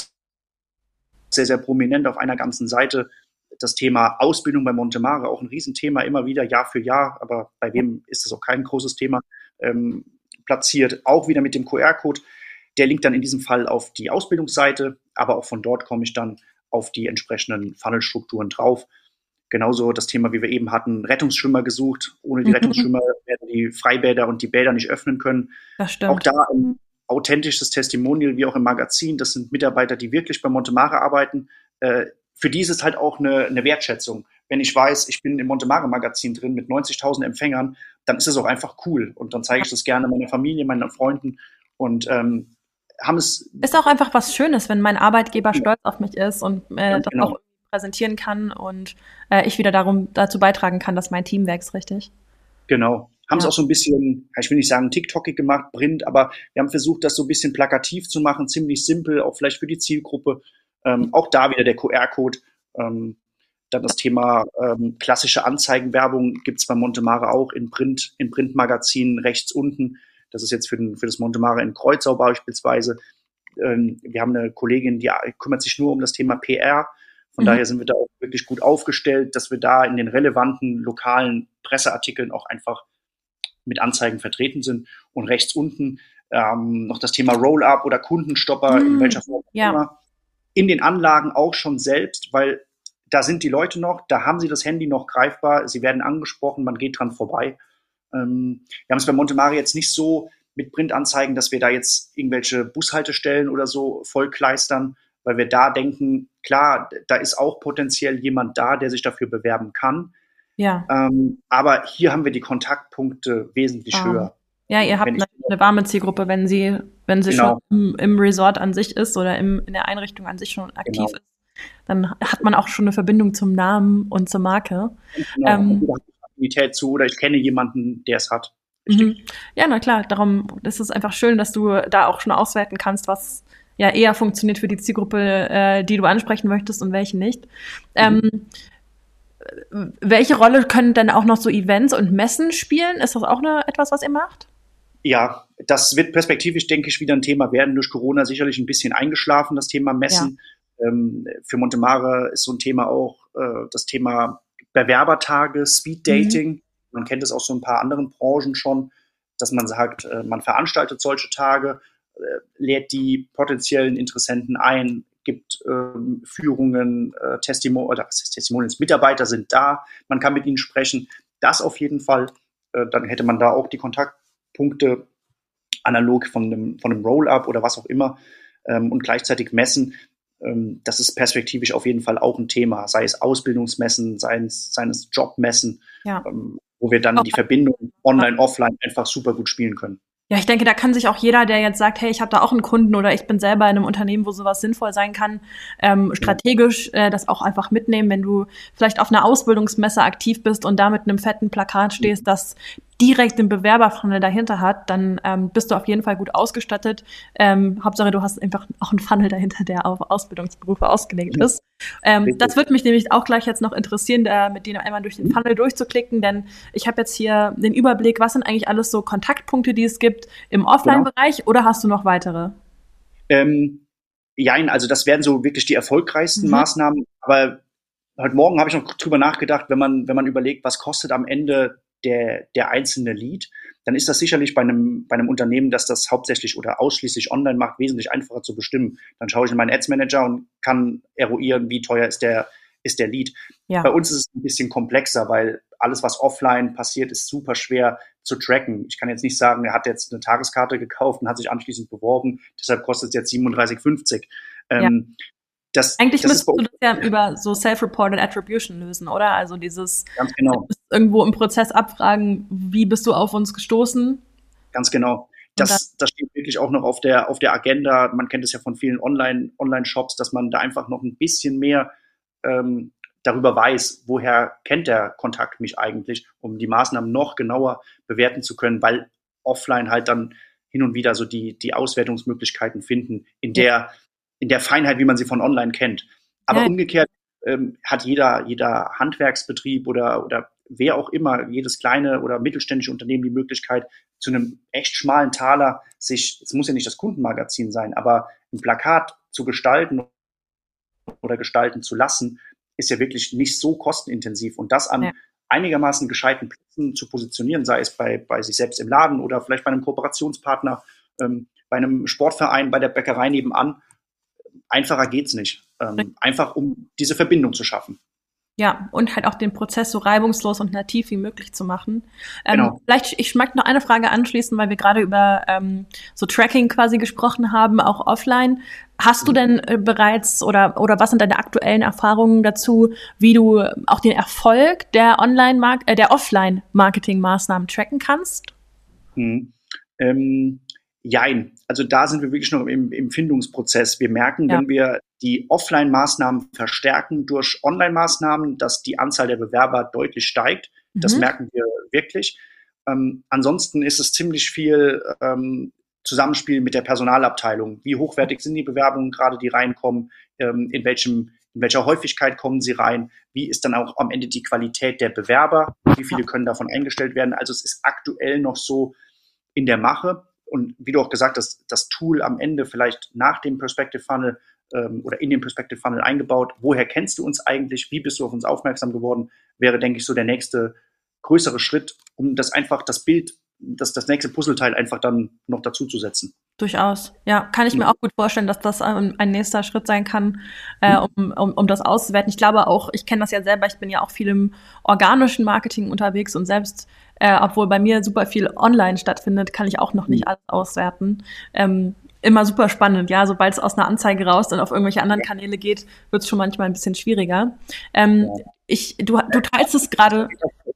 sehr, sehr prominent auf einer ganzen Seite das Thema Ausbildung bei Montemare, auch ein Riesenthema, immer wieder Jahr für Jahr, aber bei wem ist das auch kein großes Thema, ähm, platziert, auch wieder mit dem Q R-Code. Der linkt dann in diesem Fall auf die Ausbildungsseite, aber auch von dort komme ich dann auf die entsprechenden Funnelstrukturen drauf. Genauso das Thema, wie wir eben hatten, Rettungsschwimmer gesucht. Ohne die Mhm. Rettungsschwimmer werden die Freibäder und die Bäder nicht öffnen können. Das stimmt. Auch da ein authentisches Testimonial, wie auch im Magazin. Das sind Mitarbeiter, die wirklich bei Montemare arbeiten. Äh, für die ist es halt auch eine, eine Wertschätzung. Wenn ich weiß, ich bin im Montemare-Magazin drin mit neunzigtausend Empfängern, dann ist es auch einfach cool. Und dann zeige ich das gerne meiner Familie, meinen Freunden und ähm, haben es. Ist auch einfach was Schönes, wenn mein Arbeitgeber stolz auf mich ist und äh, Ja, das genau. auch präsentieren kann und äh, ich wieder darum dazu beitragen kann, dass mein Team wächst, richtig? Genau. Haben es Ja. auch so ein bisschen, ich will nicht sagen TikTokig gemacht, Print, aber wir haben versucht, das so ein bisschen plakativ zu machen, ziemlich simpel, auch vielleicht für die Zielgruppe. Ähm, auch da wieder der Q R-Code. Ähm, dann das Thema ähm, klassische Anzeigenwerbung gibt es bei Montemare auch in Print, in Printmagazinen rechts unten. Das ist jetzt für, den, für das Montemare in Kreuzau beispielsweise. Ähm, wir haben eine Kollegin, die kümmert sich nur um das Thema P R. Von Mhm. daher sind wir da auch wirklich gut aufgestellt, dass wir da in den relevanten lokalen Presseartikeln auch einfach mit Anzeigen vertreten sind. Und rechts unten ähm, noch das Thema Roll-up oder Kundenstopper, Mhm. in welcher Form auch Ja. immer. In den Anlagen auch schon selbst, weil da sind die Leute noch, da haben sie das Handy noch greifbar, sie werden angesprochen, man geht dran vorbei. Ähm, wir haben es bei Montemare jetzt nicht so mit Printanzeigen, dass wir da jetzt irgendwelche Bushaltestellen oder so vollkleistern, weil wir da denken, klar, da ist auch potenziell jemand da, der sich dafür bewerben kann. Ja. Ähm, aber hier haben wir die Kontaktpunkte wesentlich Ah. höher. Ja, ihr habt Wenn ich- natürlich eine warme Zielgruppe, wenn sie, wenn sie Genau. schon im, im Resort an sich ist oder im, in der Einrichtung an sich schon aktiv Genau. ist, dann hat man auch schon eine Verbindung zum Namen und zur Marke. Genau, Ähm, entweder habe ich Affinität zu oder ich kenne jemanden, der es hat. Mhm. Ja, na klar, darum ist es einfach schön, dass du da auch schon auswerten kannst, was ja eher funktioniert für die Zielgruppe, äh, die du ansprechen möchtest und welche nicht. Ähm, welche Rolle können denn auch noch so Events und Messen spielen? Ist das auch eine, etwas, was ihr macht? Ja, das wird perspektivisch, denke ich, wieder ein Thema werden. Durch Corona sicherlich ein bisschen eingeschlafen, das Thema Messen. Ähm, für Montemare ist so ein Thema auch äh, das Thema Bewerbertage, Speed Dating. Mhm. Man kennt es aus so ein paar anderen Branchen schon, dass man sagt, äh, man veranstaltet solche Tage, äh, lädt die potenziellen Interessenten ein, gibt ähm, Führungen, äh, Testimonials, oder was heißt Testimonials, Mitarbeiter sind da, man kann mit ihnen sprechen. Das auf jeden Fall. Äh, dann hätte man da auch die Kontaktpunkte analog von einem, von einem Roll-up oder was auch immer ähm, und gleichzeitig messen. Ähm, das ist perspektivisch auf jeden Fall auch ein Thema, sei es Ausbildungsmessen, sei es, sei es Jobmessen, Ja. ähm, wo wir dann die Verbindung online, offline einfach super gut spielen können. Ja, ich denke, da kann sich auch jeder, der jetzt sagt, hey, ich habe da auch einen Kunden oder ich bin selber in einem Unternehmen, wo sowas sinnvoll sein kann, ähm, strategisch äh, das auch einfach mitnehmen, wenn du vielleicht auf einer Ausbildungsmesse aktiv bist und da mit einem fetten Plakat stehst, das direkt den Bewerberfunnel dahinter hat, dann ähm, bist du auf jeden Fall gut ausgestattet. Ähm, Hauptsache, du hast einfach auch einen Funnel dahinter, der auf Ausbildungsberufe ausgelegt ist. Ähm, das würde mich nämlich auch gleich jetzt noch interessieren, da mit denen einmal durch den Funnel durchzuklicken, denn ich habe jetzt hier den Überblick, was sind eigentlich alles so Kontaktpunkte, die es gibt im Offline-Bereich, genau. Oder hast du noch weitere? Ähm, jein, also das wären so wirklich die erfolgreichsten mhm. Maßnahmen, aber heute Morgen habe ich noch drüber nachgedacht, wenn man, wenn man überlegt, was kostet am Ende der, der einzelne Lead, dann ist das sicherlich bei einem, bei einem Unternehmen, das das hauptsächlich oder ausschließlich online macht, wesentlich einfacher zu bestimmen. Dann schaue ich in meinen Ads Manager und kann eruieren, wie teuer ist der, ist der Lead. Ja. Bei uns ist es ein bisschen komplexer, weil alles, was offline passiert, ist super schwer zu tracken. Ich kann jetzt nicht sagen, er hat jetzt eine Tageskarte gekauft und hat sich anschließend beworben, deshalb kostet es jetzt siebenunddreißig fünfzig. Ja. Ähm, Das, Eigentlich das müsstest du das ja über so Self-Reported Attribution lösen, oder? Also dieses Ganz genau. irgendwo im Prozess abfragen, wie bist du auf uns gestoßen? Ganz genau. Das, das steht wirklich auch noch auf der, auf der Agenda. Man kennt es ja von vielen Online, Online-Shops, dass man da einfach noch ein bisschen mehr ähm, darüber weiß, woher kennt der Kontakt mich eigentlich, um die Maßnahmen noch genauer bewerten zu können, weil offline halt dann hin und wieder so die, die Auswertungsmöglichkeiten finden, in der in der Feinheit, wie man sie von online kennt. Aber ja. umgekehrt ähm, hat jeder, jeder Handwerksbetrieb oder, oder wer auch immer, jedes kleine oder mittelständische Unternehmen die Möglichkeit, zu einem echt schmalen Taler sich, es muss ja nicht das Kundenmagazin sein, aber ein Plakat zu gestalten oder gestalten zu lassen, ist ja wirklich nicht so kostenintensiv. Und das an ja. einigermaßen gescheiten Plätzen zu positionieren, sei es bei, bei sich selbst im Laden oder vielleicht bei einem Kooperationspartner, ähm, bei einem Sportverein, bei der Bäckerei nebenan, einfacher geht's nicht. Ähm, einfach, um diese Verbindung zu schaffen. Ja, und halt auch den Prozess so reibungslos und nativ wie möglich zu machen. Ähm, genau. Vielleicht, ich mag noch eine Frage anschließen, weil wir gerade über ähm, so Tracking quasi gesprochen haben, auch offline. Hast du denn äh, bereits oder oder was sind deine aktuellen Erfahrungen dazu, wie du auch den Erfolg der Online äh, der Offline-Marketing-Maßnahmen tracken kannst? Hm. Ähm, jein. Also da sind wir wirklich noch im, im Findungsprozess. Wir merken, ja. wenn wir die Offline-Maßnahmen verstärken durch Online-Maßnahmen, dass die Anzahl der Bewerber deutlich steigt. Mhm. Das merken wir wirklich. Ähm, ansonsten ist es ziemlich viel ähm, Zusammenspiel mit der Personalabteilung. Wie hochwertig sind die Bewerbungen gerade, die reinkommen? Ähm, in welchem, in welcher Häufigkeit kommen sie rein? Wie ist dann auch am Ende die Qualität der Bewerber? Wie viele können davon eingestellt werden? Also es ist aktuell noch so in der Mache. Und wie du auch gesagt hast, das Tool am Ende vielleicht nach dem Perspective Funnel ähm, oder in den Perspective Funnel eingebaut. Woher kennst du uns eigentlich? Wie bist du auf uns aufmerksam geworden? Wäre, denke ich, so der nächste größere Schritt, um das einfach, das Bild, das, das nächste Puzzleteil einfach dann noch dazu zu setzen. Durchaus. Ja, kann ich ja. mir auch gut vorstellen, dass das ein, ein nächster Schritt sein kann, äh, um, um, um das auszuwerten. Ich glaube auch, ich kenne das ja selber, ich bin ja auch viel im organischen Marketing unterwegs und selbst, äh, obwohl bei mir super viel online stattfindet, kann ich auch noch nicht alles auswerten. Ähm, immer super spannend, ja, sobald es aus einer Anzeige raus und auf irgendwelche anderen ja. Kanäle geht, wird es schon manchmal ein bisschen schwieriger. Ähm, ja. ich, du, du teilst es gerade.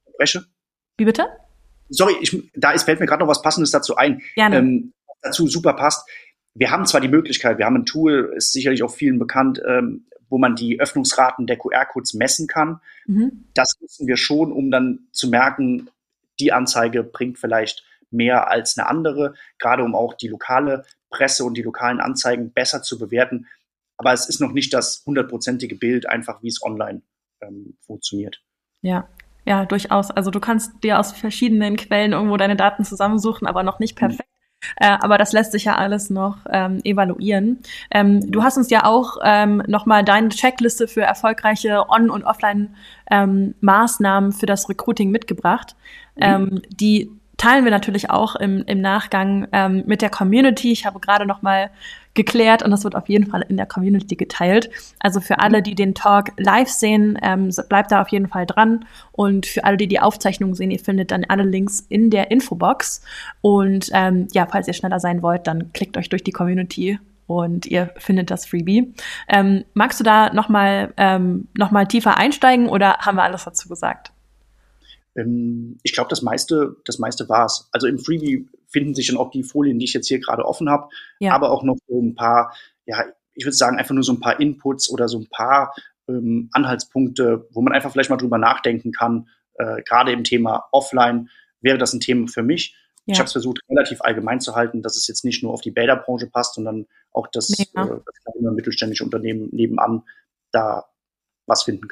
Wie bitte? Sorry, ich, da ist, fällt mir gerade noch was Passendes dazu ein. Gerne. Ähm, dazu super passt. Wir haben zwar die Möglichkeit, wir haben ein Tool, ist sicherlich auch vielen bekannt, ähm, wo man die Öffnungsraten der Q R-Codes messen kann. Mhm. Das nutzen wir schon, um dann zu merken, die Anzeige bringt vielleicht mehr als eine andere, gerade um auch die lokale Presse und die lokalen Anzeigen besser zu bewerten. Aber es ist noch nicht das hundertprozentige Bild, einfach wie es online ähm, funktioniert. Ja. Ja, durchaus. Also du kannst dir aus verschiedenen Quellen irgendwo deine Daten zusammensuchen, aber noch nicht perfekt. Mhm. Äh, aber das lässt sich ja alles noch ähm, evaluieren. Ähm, du hast uns ja auch ähm, nochmal deine Checkliste für erfolgreiche On- und Offline-Maßnahmen ähm, für das Recruiting mitgebracht. Mhm. Ähm, die teilen wir natürlich auch im, im Nachgang ähm, mit der Community. Ich habe gerade noch mal geklärt und das wird auf jeden Fall in der Community geteilt. Also für alle, die den Talk live sehen, ähm, bleibt da auf jeden Fall dran. Und für alle, die die Aufzeichnung sehen, ihr findet dann alle Links in der Infobox. Und ähm, ja, falls ihr schneller sein wollt, dann klickt euch durch die Community und ihr findet das Freebie. Ähm, magst du da noch mal, ähm, noch mal tiefer einsteigen oder haben wir alles dazu gesagt? Ich glaube, das meiste, das meiste war's. Also im Freebie finden sich dann auch die Folien, die ich jetzt hier gerade offen habe, ja. aber auch noch so ein paar, ja, ich würde sagen, einfach nur so ein paar Inputs oder so ein paar ähm, Anhaltspunkte, wo man einfach vielleicht mal drüber nachdenken kann. Äh, gerade im Thema Offline wäre das ein Thema für mich. Ja. Ich habe es versucht, relativ allgemein zu halten, dass es jetzt nicht nur auf die Bäderbranche passt, sondern auch das, ja. äh, das kleine mittelständische Unternehmen nebenan da was finden kann.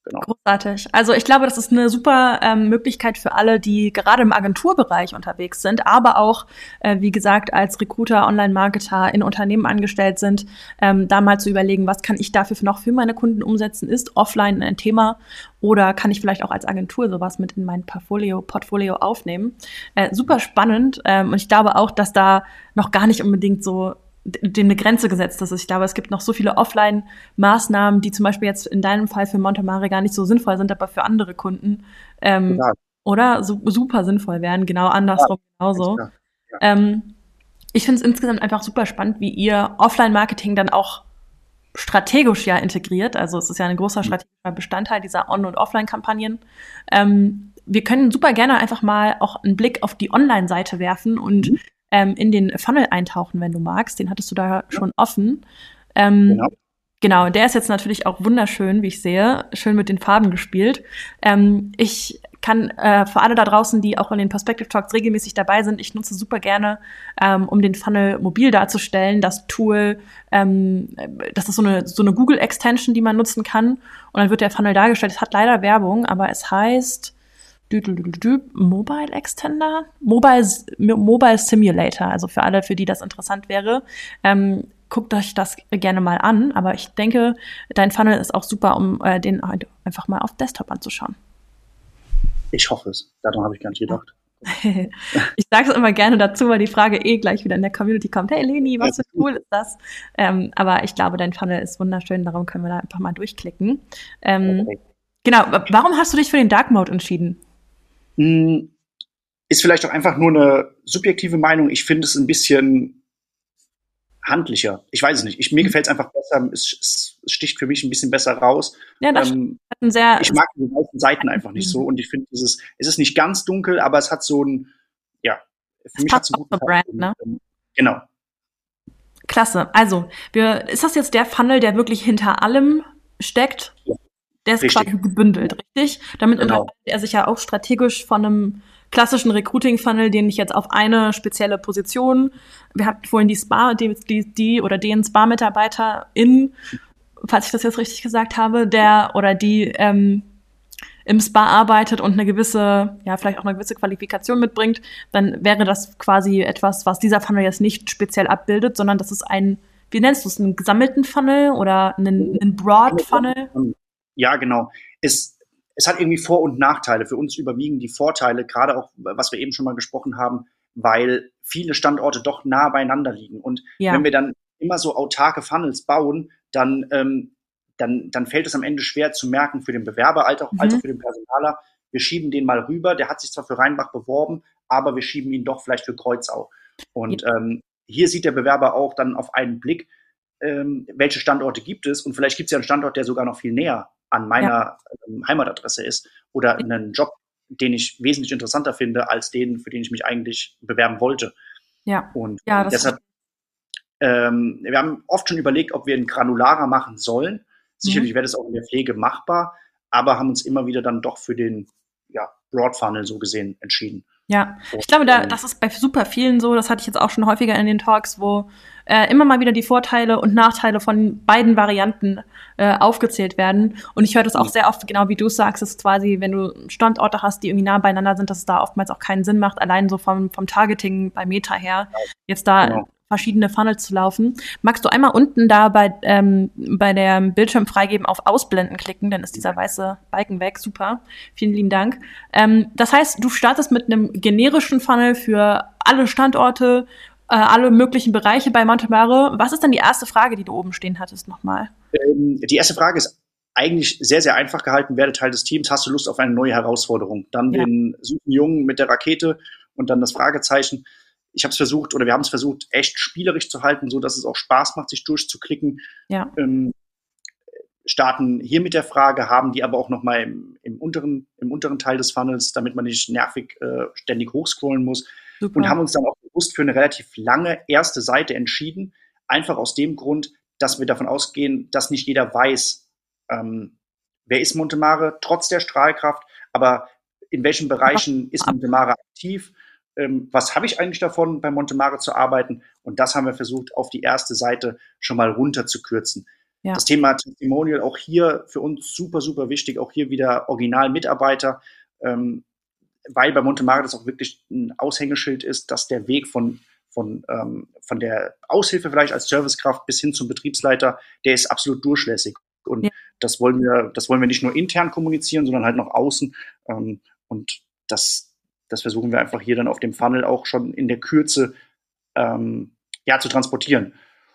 Genau. Großartig. Also ich glaube, das ist eine super ähm, Möglichkeit für alle, die gerade im Agenturbereich unterwegs sind, aber auch, äh, wie gesagt, als Recruiter, Online-Marketer in Unternehmen angestellt sind, ähm, da mal zu überlegen, was kann ich dafür noch für meine Kunden umsetzen? Ist offline ein Thema oder kann ich vielleicht auch als Agentur sowas mit in mein Portfolio, Portfolio aufnehmen? Äh, super spannend ähm, und ich glaube auch, dass da noch gar nicht unbedingt so dem eine Grenze gesetzt ist. Ich glaube, es gibt noch so viele Offline-Maßnahmen, die zum Beispiel jetzt in deinem Fall für Montemare gar nicht so sinnvoll sind, aber für andere Kunden ähm, oder so, super sinnvoll wären. Genau andersrum ja, genauso. Ja. Ähm, ich finde es insgesamt einfach super spannend, wie ihr Offline-Marketing dann auch strategisch ja integriert. Also es ist ja ein großer strategischer Bestandteil dieser On- und Offline-Kampagnen. Ähm, wir können super gerne einfach mal auch einen Blick auf die Online-Seite werfen und mhm. ähm, in den Funnel eintauchen, wenn du magst. Den hattest du da ja. schon offen. Ähm, genau. Genau, der ist jetzt natürlich auch wunderschön, wie ich sehe. Schön mit den Farben gespielt. Ähm, ich kann äh, für alle da draußen, die auch in den Perspective Talks regelmäßig dabei sind, ich nutze super gerne, ähm, um den Funnel mobil darzustellen. Das Tool, ähm, das ist so eine, so eine Google-Extension, die man nutzen kann. Und dann wird der Funnel dargestellt. Es hat leider Werbung, aber es heißt Mobile Extender? Mobile, Mobile Simulator. Also für alle, für die das interessant wäre. Ähm, guckt euch das gerne mal an. Aber ich denke, dein Funnel ist auch super, um äh, den einfach mal auf Desktop anzuschauen. Ich hoffe es. Daran habe ich gar nicht gedacht. Ich sage es immer gerne dazu, weil die Frage eh gleich wieder in der Community kommt. Hey Leni, was für ein Tool ist das? Ähm, aber ich glaube, dein Funnel ist wunderschön. Darum können wir da einfach mal durchklicken. Ähm, okay. Genau. Warum hast du dich für den Dark Mode entschieden? Ist vielleicht auch einfach nur eine subjektive Meinung. Ich finde es ein bisschen handlicher. Ich weiß es nicht. Ich, mir mhm. gefällt es einfach besser. Es, es sticht für mich ein bisschen besser raus. Ja, das ähm, hat einen sehr, ich mag die weißen Seiten einfach nicht so. Und ich finde dieses, es ist nicht ganz dunkel, aber es hat so ein, ja, für mich hat es einen guten Brand, ne? Genau. Klasse. Also, wir, ist das jetzt der Funnel, der wirklich hinter allem steckt? Ja. Der ist richtig. Quasi gebündelt, richtig? Damit genau. unterscheidet er sich ja auch strategisch von einem klassischen Recruiting-Funnel, den ich jetzt auf eine spezielle Position, wir hatten vorhin die Spa, die, die, die oder den Spa-MitarbeiterInnen, falls ich das jetzt richtig gesagt habe, der oder die ähm, im Spa arbeitet und eine gewisse, ja, vielleicht auch eine gewisse Qualifikation mitbringt, dann wäre das quasi etwas, was dieser Funnel jetzt nicht speziell abbildet, sondern das ist ein, wie nennst du es, einen gesammelten Funnel oder einen, einen Broad-Funnel? Ja, genau. Es, es hat irgendwie Vor- und Nachteile. Für uns überwiegen die Vorteile, gerade auch, was wir eben schon mal gesprochen haben, weil viele Standorte doch nah beieinander liegen. Und ja. wenn wir dann immer so autarke Funnels bauen, dann, ähm, dann, dann fällt es am Ende schwer zu merken für den Bewerber als auch, mhm. als auch für den Personaler. Wir schieben den mal rüber. Der hat sich zwar für Rheinbach beworben, aber wir schieben ihn doch vielleicht für Kreuzau. Und ja. ähm, hier sieht der Bewerber auch dann auf einen Blick, ähm, welche Standorte gibt es. Und vielleicht gibt es ja einen Standort, der sogar noch viel näher an meiner ja. ähm, Heimatadresse ist oder einen Job, den ich wesentlich interessanter finde als den, für den ich mich eigentlich bewerben wollte. Ja. Und ja, das deshalb, ähm, wir haben oft schon überlegt, ob wir einen Granularer machen sollen. Sicherlich mhm. wäre das auch in der Pflege machbar, aber haben uns immer wieder dann doch für den ja, Broad Funnel so gesehen entschieden. Ja, ich glaube, da, das ist bei super vielen so, das hatte ich jetzt auch schon häufiger in den Talks, wo äh, immer mal wieder die Vorteile und Nachteile von beiden Varianten äh, aufgezählt werden. Und ich höre das auch sehr oft, genau wie du sagst, es ist quasi, wenn du Standorte hast, die irgendwie nah beieinander sind, dass es da oftmals auch keinen Sinn macht, allein so vom, vom Targeting bei Meta her, jetzt da genau. verschiedene Funnels zu laufen. Magst du einmal unten da bei, ähm, bei der Bildschirm freigeben auf Ausblenden klicken, dann ist dieser weiße Balken weg. Super. Vielen lieben Dank. Ähm, das heißt, du startest mit einem generischen Funnel für alle Standorte, äh, alle möglichen Bereiche bei Montemare. Was ist denn die erste Frage, die du oben stehen hattest nochmal? Ähm, die erste Frage ist eigentlich sehr, sehr einfach gehalten. Werde Teil des Teams. Hast du Lust auf eine neue Herausforderung? Dann ja. den süßen Jungen mit der Rakete und dann das Fragezeichen. Ich habe es versucht, oder wir haben es versucht, echt spielerisch zu halten, so dass es auch Spaß macht, sich durchzuklicken. Ja. Ähm, starten hier mit der Frage, haben die aber auch noch mal im, im, unteren, im unteren Teil des Funnels, damit man nicht nervig äh, ständig hochscrollen muss. Super. Und haben uns dann auch bewusst für eine relativ lange erste Seite entschieden. Einfach aus dem Grund, dass wir davon ausgehen, dass nicht jeder weiß, ähm, wer ist Montemare, trotz der Strahlkraft, aber in welchen Bereichen ist Montemare aktiv. Ähm, was habe ich eigentlich davon, bei Montemare zu arbeiten? Und das haben wir versucht, auf die erste Seite schon mal runter zu kürzen. Ja. Das Thema Testimonial auch hier für uns super, super wichtig. Auch hier wieder Original-Mitarbeiter, ähm, weil bei Montemare das auch wirklich ein Aushängeschild ist, dass der Weg von, von, ähm, von der Aushilfe vielleicht als Servicekraft bis hin zum Betriebsleiter, der ist absolut durchlässig. Und Ja. das wollen wir, das wollen wir nicht nur intern kommunizieren, sondern halt noch außen. Ähm, und das, das versuchen wir einfach hier dann auf dem Funnel auch schon in der Kürze ähm, ja, zu transportieren.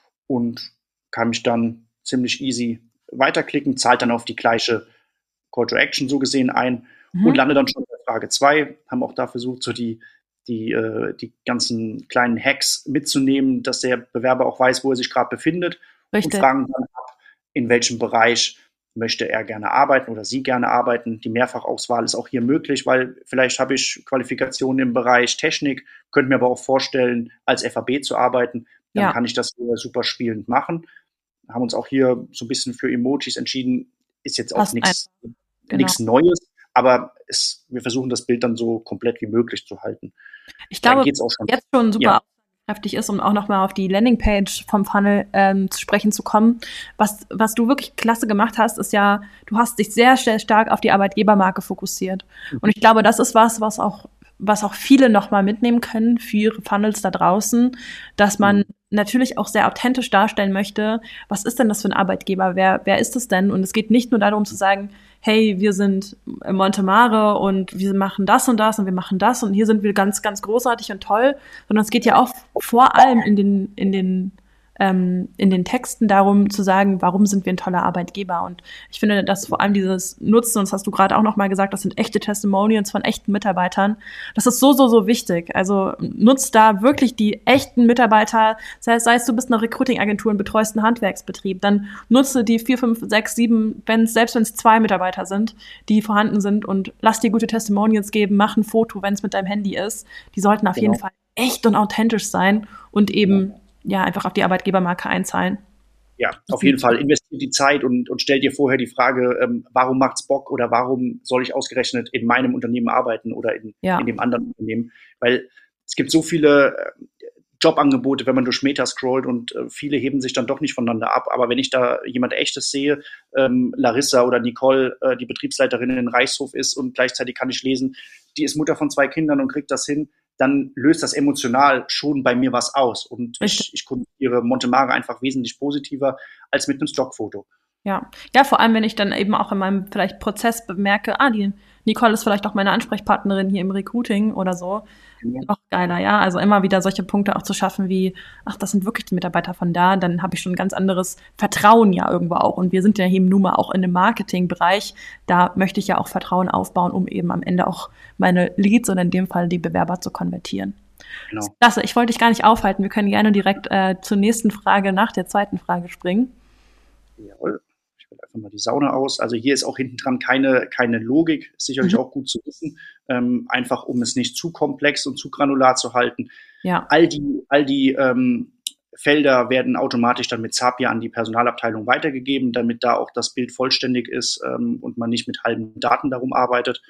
Und kann mich dann ziemlich easy weiterklicken, zahlt dann auf die gleiche Call to Action so gesehen ein mhm. und landet dann schon bei Frage zwei. Haben auch da versucht, so die, die, äh, die ganzen kleinen Hacks mitzunehmen, dass der Bewerber auch weiß, wo er sich gerade befindet. Richtig. Und fragen dann ab, in welchem Bereich möchte er gerne arbeiten oder sie gerne arbeiten. Die Mehrfachauswahl ist auch hier möglich, weil vielleicht habe ich Qualifikationen im Bereich Technik, könnte mir aber auch vorstellen, als F A B zu arbeiten. Dann ja. kann ich das super spielend machen. Haben uns auch hier so ein bisschen für Emojis entschieden. Ist jetzt auch nichts genau. Neues, aber es, wir versuchen das Bild dann so komplett wie möglich zu halten. Ich glaube, geht's auch schon, jetzt schon super ja. kräftig ist, um auch nochmal auf die Landingpage vom Funnel ähm, zu sprechen zu kommen. Was, was du wirklich klasse gemacht hast, ist ja, du hast dich sehr, sehr stark auf die Arbeitgebermarke fokussiert. Mhm. Und ich glaube, das ist was, was auch was auch viele nochmal mitnehmen können für ihre Funnels da draußen, dass man mhm. natürlich auch sehr authentisch darstellen möchte, was ist denn das für ein Arbeitgeber, wer wer ist es denn? Und es geht nicht nur darum zu sagen, hey, wir sind Montemare und wir machen das und das und wir machen das und hier sind wir ganz, ganz großartig und toll, sondern es geht ja auch vor allem in den in den ähm, in den Texten darum zu sagen, warum sind wir ein toller Arbeitgeber. Und ich finde, dass vor allem dieses Nutzen, und das hast du gerade auch nochmal gesagt, das sind echte Testimonials von echten Mitarbeitern, das ist so, so, so wichtig. Also nutzt da wirklich die echten Mitarbeiter, sei, sei es du bist eine Recruiting-Agentur und betreust einen Handwerksbetrieb, dann nutze die vier, fünf, sechs, sieben, wenn's, selbst wenn es zwei Mitarbeiter sind, die vorhanden sind und lass dir gute Testimonials geben, mach ein Foto, wenn es mit deinem Handy ist. Die sollten auf genau. jeden Fall echt und authentisch sein und eben ja, einfach auf die Arbeitgebermarke einzahlen. Ja, auf jeden Fall. Investiert die Zeit und, und stell dir vorher die Frage, ähm, warum macht's Bock oder warum soll ich ausgerechnet in meinem Unternehmen arbeiten oder in, ja. in dem anderen Unternehmen? Weil es gibt so viele äh, Jobangebote, wenn man durch Meta scrollt und äh, viele heben sich dann doch nicht voneinander ab. Aber wenn ich da jemand Echtes sehe, ähm, Larissa oder Nicole, äh, die Betriebsleiterin in Reichshof ist und gleichzeitig kann ich lesen, die ist Mutter von zwei Kindern und kriegt das hin, dann löst das emotional schon bei mir was aus. Und ich, ich konnotiere Montemare einfach wesentlich positiver als mit einem Stockfoto. Ja, ja, vor allem, wenn ich dann eben auch in meinem vielleicht Prozess bemerke, ah, die Nicole ist vielleicht auch meine Ansprechpartnerin hier im Recruiting oder so. Ja. Noch geiler, ja. Also immer wieder solche Punkte auch zu schaffen wie, ach, das sind wirklich die Mitarbeiter von da, dann habe ich schon ein ganz anderes Vertrauen ja irgendwo auch. Und wir sind ja hier nun mal auch in dem Marketingbereich. Da möchte ich ja auch Vertrauen aufbauen, um eben am Ende auch meine Leads oder in dem Fall die Bewerber zu konvertieren. Genau. Klasse, ich wollte dich gar nicht aufhalten. Wir können gerne direkt äh, zur nächsten Frage nach der zweiten Frage springen. Jawohl. Einfach mal die Sauna aus. Also hier ist auch hinten dran keine, keine Logik, ist sicherlich mhm. auch gut zu wissen, ähm, einfach um es nicht zu komplex und zu granular zu halten. Ja. All die, all die ähm, Felder werden automatisch dann mit Zapier an die Personalabteilung weitergegeben, damit da auch das Bild vollständig ist ähm, und man nicht mit halben Daten darum arbeitet.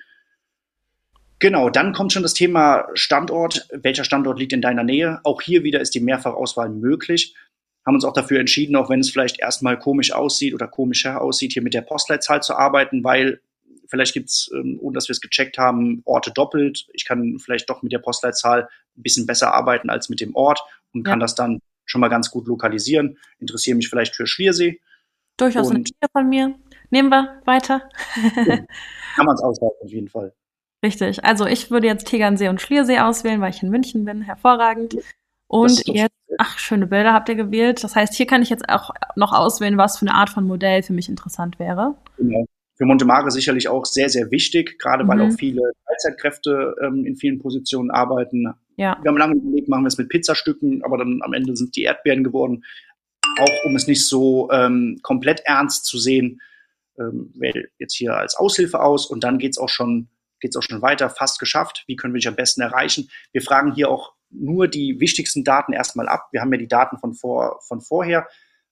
Genau, dann kommt schon das Thema Standort. Welcher Standort liegt in deiner Nähe? Auch hier wieder ist die Mehrfachauswahl möglich. Haben uns auch dafür entschieden, auch wenn es vielleicht erstmal komisch aussieht oder komischer aussieht, hier mit der Postleitzahl zu arbeiten, weil vielleicht gibt es, ähm, ohne dass wir es gecheckt haben, Orte doppelt. Ich kann vielleicht doch mit der Postleitzahl ein bisschen besser arbeiten als mit dem Ort und ja. kann das dann schon mal ganz gut lokalisieren. Interessiere mich vielleicht für Schliersee. Durchaus eine Nähe von mir. Nehmen wir weiter. Ja, kann man es aushalten, auf jeden Fall. Richtig. Also ich würde jetzt Tegernsee und Schliersee auswählen, weil ich in München bin. Hervorragend. Und jetzt, ach, schöne Bilder habt ihr gewählt. Das heißt, hier kann ich jetzt auch noch auswählen, was für eine Art von Modell für mich interessant wäre. Genau. Für Montemare sicherlich auch sehr, sehr wichtig, gerade mhm. weil auch viele Teilzeitkräfte ähm, in vielen Positionen arbeiten. Ja. Wir haben lange überlegt, machen wir es mit Pizzastücken, aber dann am Ende sind es die Erdbeeren geworden. Auch um es nicht so ähm, komplett ernst zu sehen, ähm, wähle jetzt hier als Aushilfe aus und dann geht's auch schon, geht's auch schon weiter, fast geschafft. Wie können wir dich am besten erreichen? Wir fragen hier auch nur die wichtigsten Daten erstmal ab. Wir haben ja die Daten von, vor, von vorher.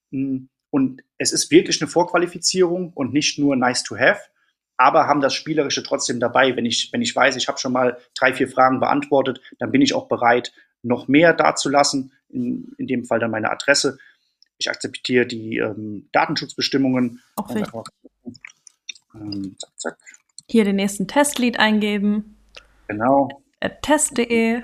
Und es ist wirklich eine Vorqualifizierung und nicht nur nice to have, aber haben das Spielerische trotzdem dabei. Wenn ich, wenn ich weiß, ich habe schon mal drei, vier Fragen beantwortet, dann bin ich auch bereit, noch mehr dazulassen, in, in dem Fall dann meine Adresse. Ich akzeptiere die ähm, Datenschutzbestimmungen. Auch wichtig. Ähm, zack, zack. Hier den nächsten Testlead eingeben. Genau. test punkt de.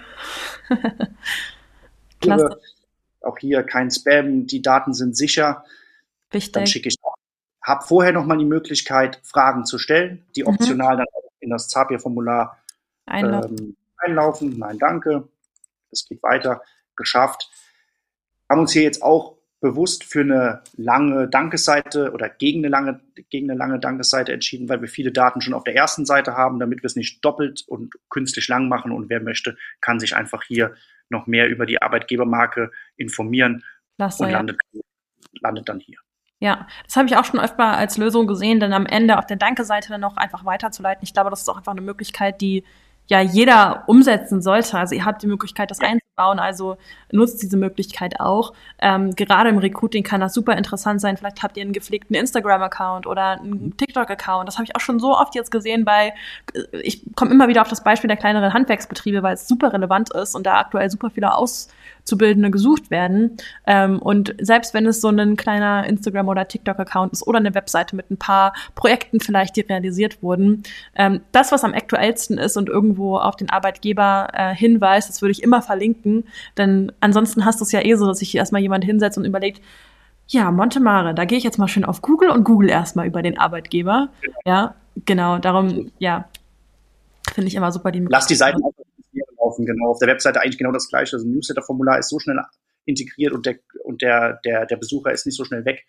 Klasse. Auch hier kein Spam, die Daten sind sicher. Wichtig. Dann schicke ich auch. Hab vorher nochmal die Möglichkeit, Fragen zu stellen, die optional mhm. dann in das Zapier-Formular einlaufen. Ähm, einlaufen. Nein, danke. Es geht weiter. Geschafft. Haben uns hier jetzt auch bewusst für eine lange Dankesseite oder gegen eine lange, gegen eine lange Dankesseite entschieden, weil wir viele Daten schon auf der ersten Seite haben, damit wir es nicht doppelt und künstlich lang machen. Und wer möchte, kann sich einfach hier noch mehr über die Arbeitgebermarke informieren. Klasse, und landet, ja. landet dann hier. Ja, das habe ich auch schon öfter als Lösung gesehen, dann am Ende auf der Danke-Seite dann noch einfach weiterzuleiten. Ich glaube, das ist auch einfach eine Möglichkeit, die ja jeder umsetzen sollte. Also ihr habt die Möglichkeit, das ja. einzubauen, also nutzt diese Möglichkeit auch. Ähm, gerade im Recruiting kann das super interessant sein. Vielleicht habt ihr einen gepflegten Instagram-Account oder einen TikTok-Account. Das habe ich auch schon so oft jetzt gesehen bei, ich komme immer wieder auf das Beispiel der kleineren Handwerksbetriebe, weil es super relevant ist und da aktuell super viele Auszubildende gesucht werden. Ähm, und selbst wenn es so ein kleiner Instagram- oder TikTok-Account ist oder eine Webseite mit ein paar Projekten vielleicht, die realisiert wurden, ähm, das, was am aktuellsten ist und irgendwo wo auf den Arbeitgeber äh, hinweist, das würde ich immer verlinken, denn ansonsten hast du es ja eh so, dass sich erstmal jemand hinsetzt und überlegt, ja, Montemare, da gehe ich jetzt mal schön auf Google und google erstmal über den Arbeitgeber. Ja, genau, darum, ja, finde ich immer super. Die Lass die Seiten auch laufen, genau, auf der Webseite eigentlich genau das Gleiche. Also ein Newsletter-Formular ist so schnell integriert und der, und der, der, der Besucher ist nicht so schnell weg.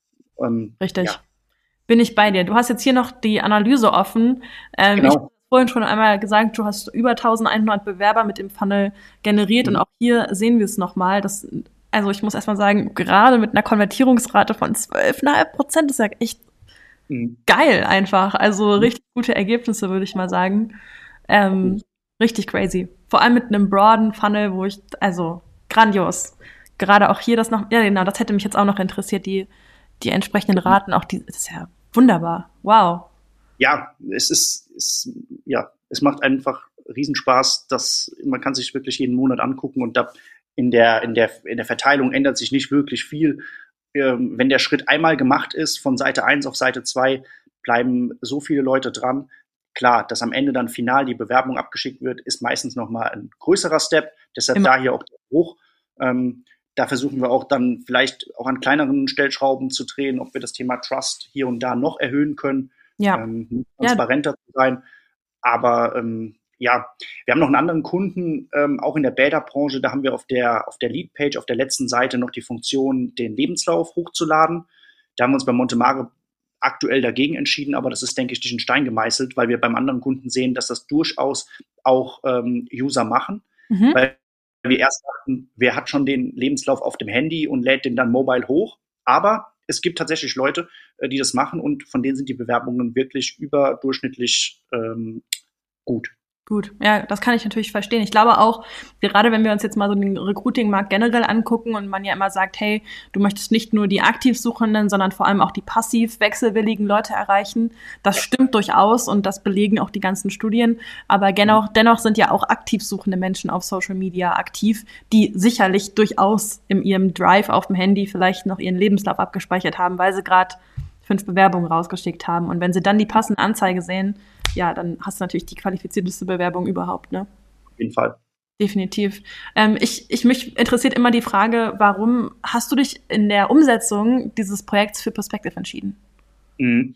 Ähm, Richtig. Ja. Bin ich bei dir. Du hast jetzt hier noch die Analyse offen. Ähm, genau. Ich vorhin schon einmal gesagt, du hast über eintausendeinhundert Bewerber mit dem Funnel generiert mhm. und auch hier sehen wir es nochmal. Das, also ich muss erstmal sagen, gerade mit einer Konvertierungsrate von zwölf Komma fünf Prozent ist ja echt mhm. geil einfach. Also mhm. richtig gute Ergebnisse, würde ich mal sagen. Ähm, mhm. Richtig crazy. Vor allem mit einem broaden Funnel, wo ich, also grandios. Gerade auch hier das noch, ja genau, das hätte mich jetzt auch noch interessiert, die, die entsprechenden Raten, auch die, das ist ja wunderbar. Wow. Ja, es ist, es, ja, es macht einfach Riesenspaß, dass man kann sich wirklich jeden Monat angucken und da in der, in der, in der Verteilung ändert sich nicht wirklich viel. Ähm, wenn der Schritt einmal gemacht ist, von Seite eins auf Seite zwei, bleiben so viele Leute dran. Klar, dass am Ende dann final die Bewerbung abgeschickt wird, ist meistens nochmal ein größerer Step. Deshalb Immer. da hier auch der Hoch. Ähm, da versuchen wir auch dann vielleicht auch an kleineren Stellschrauben zu drehen, ob wir das Thema Trust hier und da noch erhöhen können. Ja. Ähm, transparenter ja. zu sein. Aber ähm, ja, wir haben noch einen anderen Kunden, ähm, auch in der Bäderbranche, da haben wir auf der, auf der Lead-Page, auf der letzten Seite noch die Funktion, den Lebenslauf hochzuladen. Da haben wir uns bei Montemare aktuell dagegen entschieden, aber das ist, denke ich, nicht in Stein gemeißelt, weil wir beim anderen Kunden sehen, dass das durchaus auch ähm, User machen. Mhm. Weil wir erst dachten, wer hat schon den Lebenslauf auf dem Handy und lädt den dann mobile hoch. Aber es gibt tatsächlich Leute, die das machen und von denen sind die Bewerbungen wirklich überdurchschnittlich ähm, gut. Gut, ja, das kann ich natürlich verstehen. Ich glaube auch, gerade wenn wir uns jetzt mal so den Recruiting-Markt generell angucken und man ja immer sagt, hey, du möchtest nicht nur die aktiv Suchenden, sondern vor allem auch die passiv wechselwilligen Leute erreichen. Das stimmt durchaus und das belegen auch die ganzen Studien. Aber dennoch, dennoch sind ja auch aktiv suchende Menschen auf Social Media aktiv, die sicherlich durchaus in ihrem Drive auf dem Handy vielleicht noch ihren Lebenslauf abgespeichert haben, weil sie gerade fünf Bewerbungen rausgeschickt haben. Und wenn sie dann die passende Anzeige sehen, ja, dann hast du natürlich die qualifizierteste Bewerbung überhaupt, ne? Auf jeden Fall. Definitiv. Ähm, ich, ich mich interessiert immer die Frage, warum hast du dich in der Umsetzung dieses Projekts für Perspective entschieden? Mhm.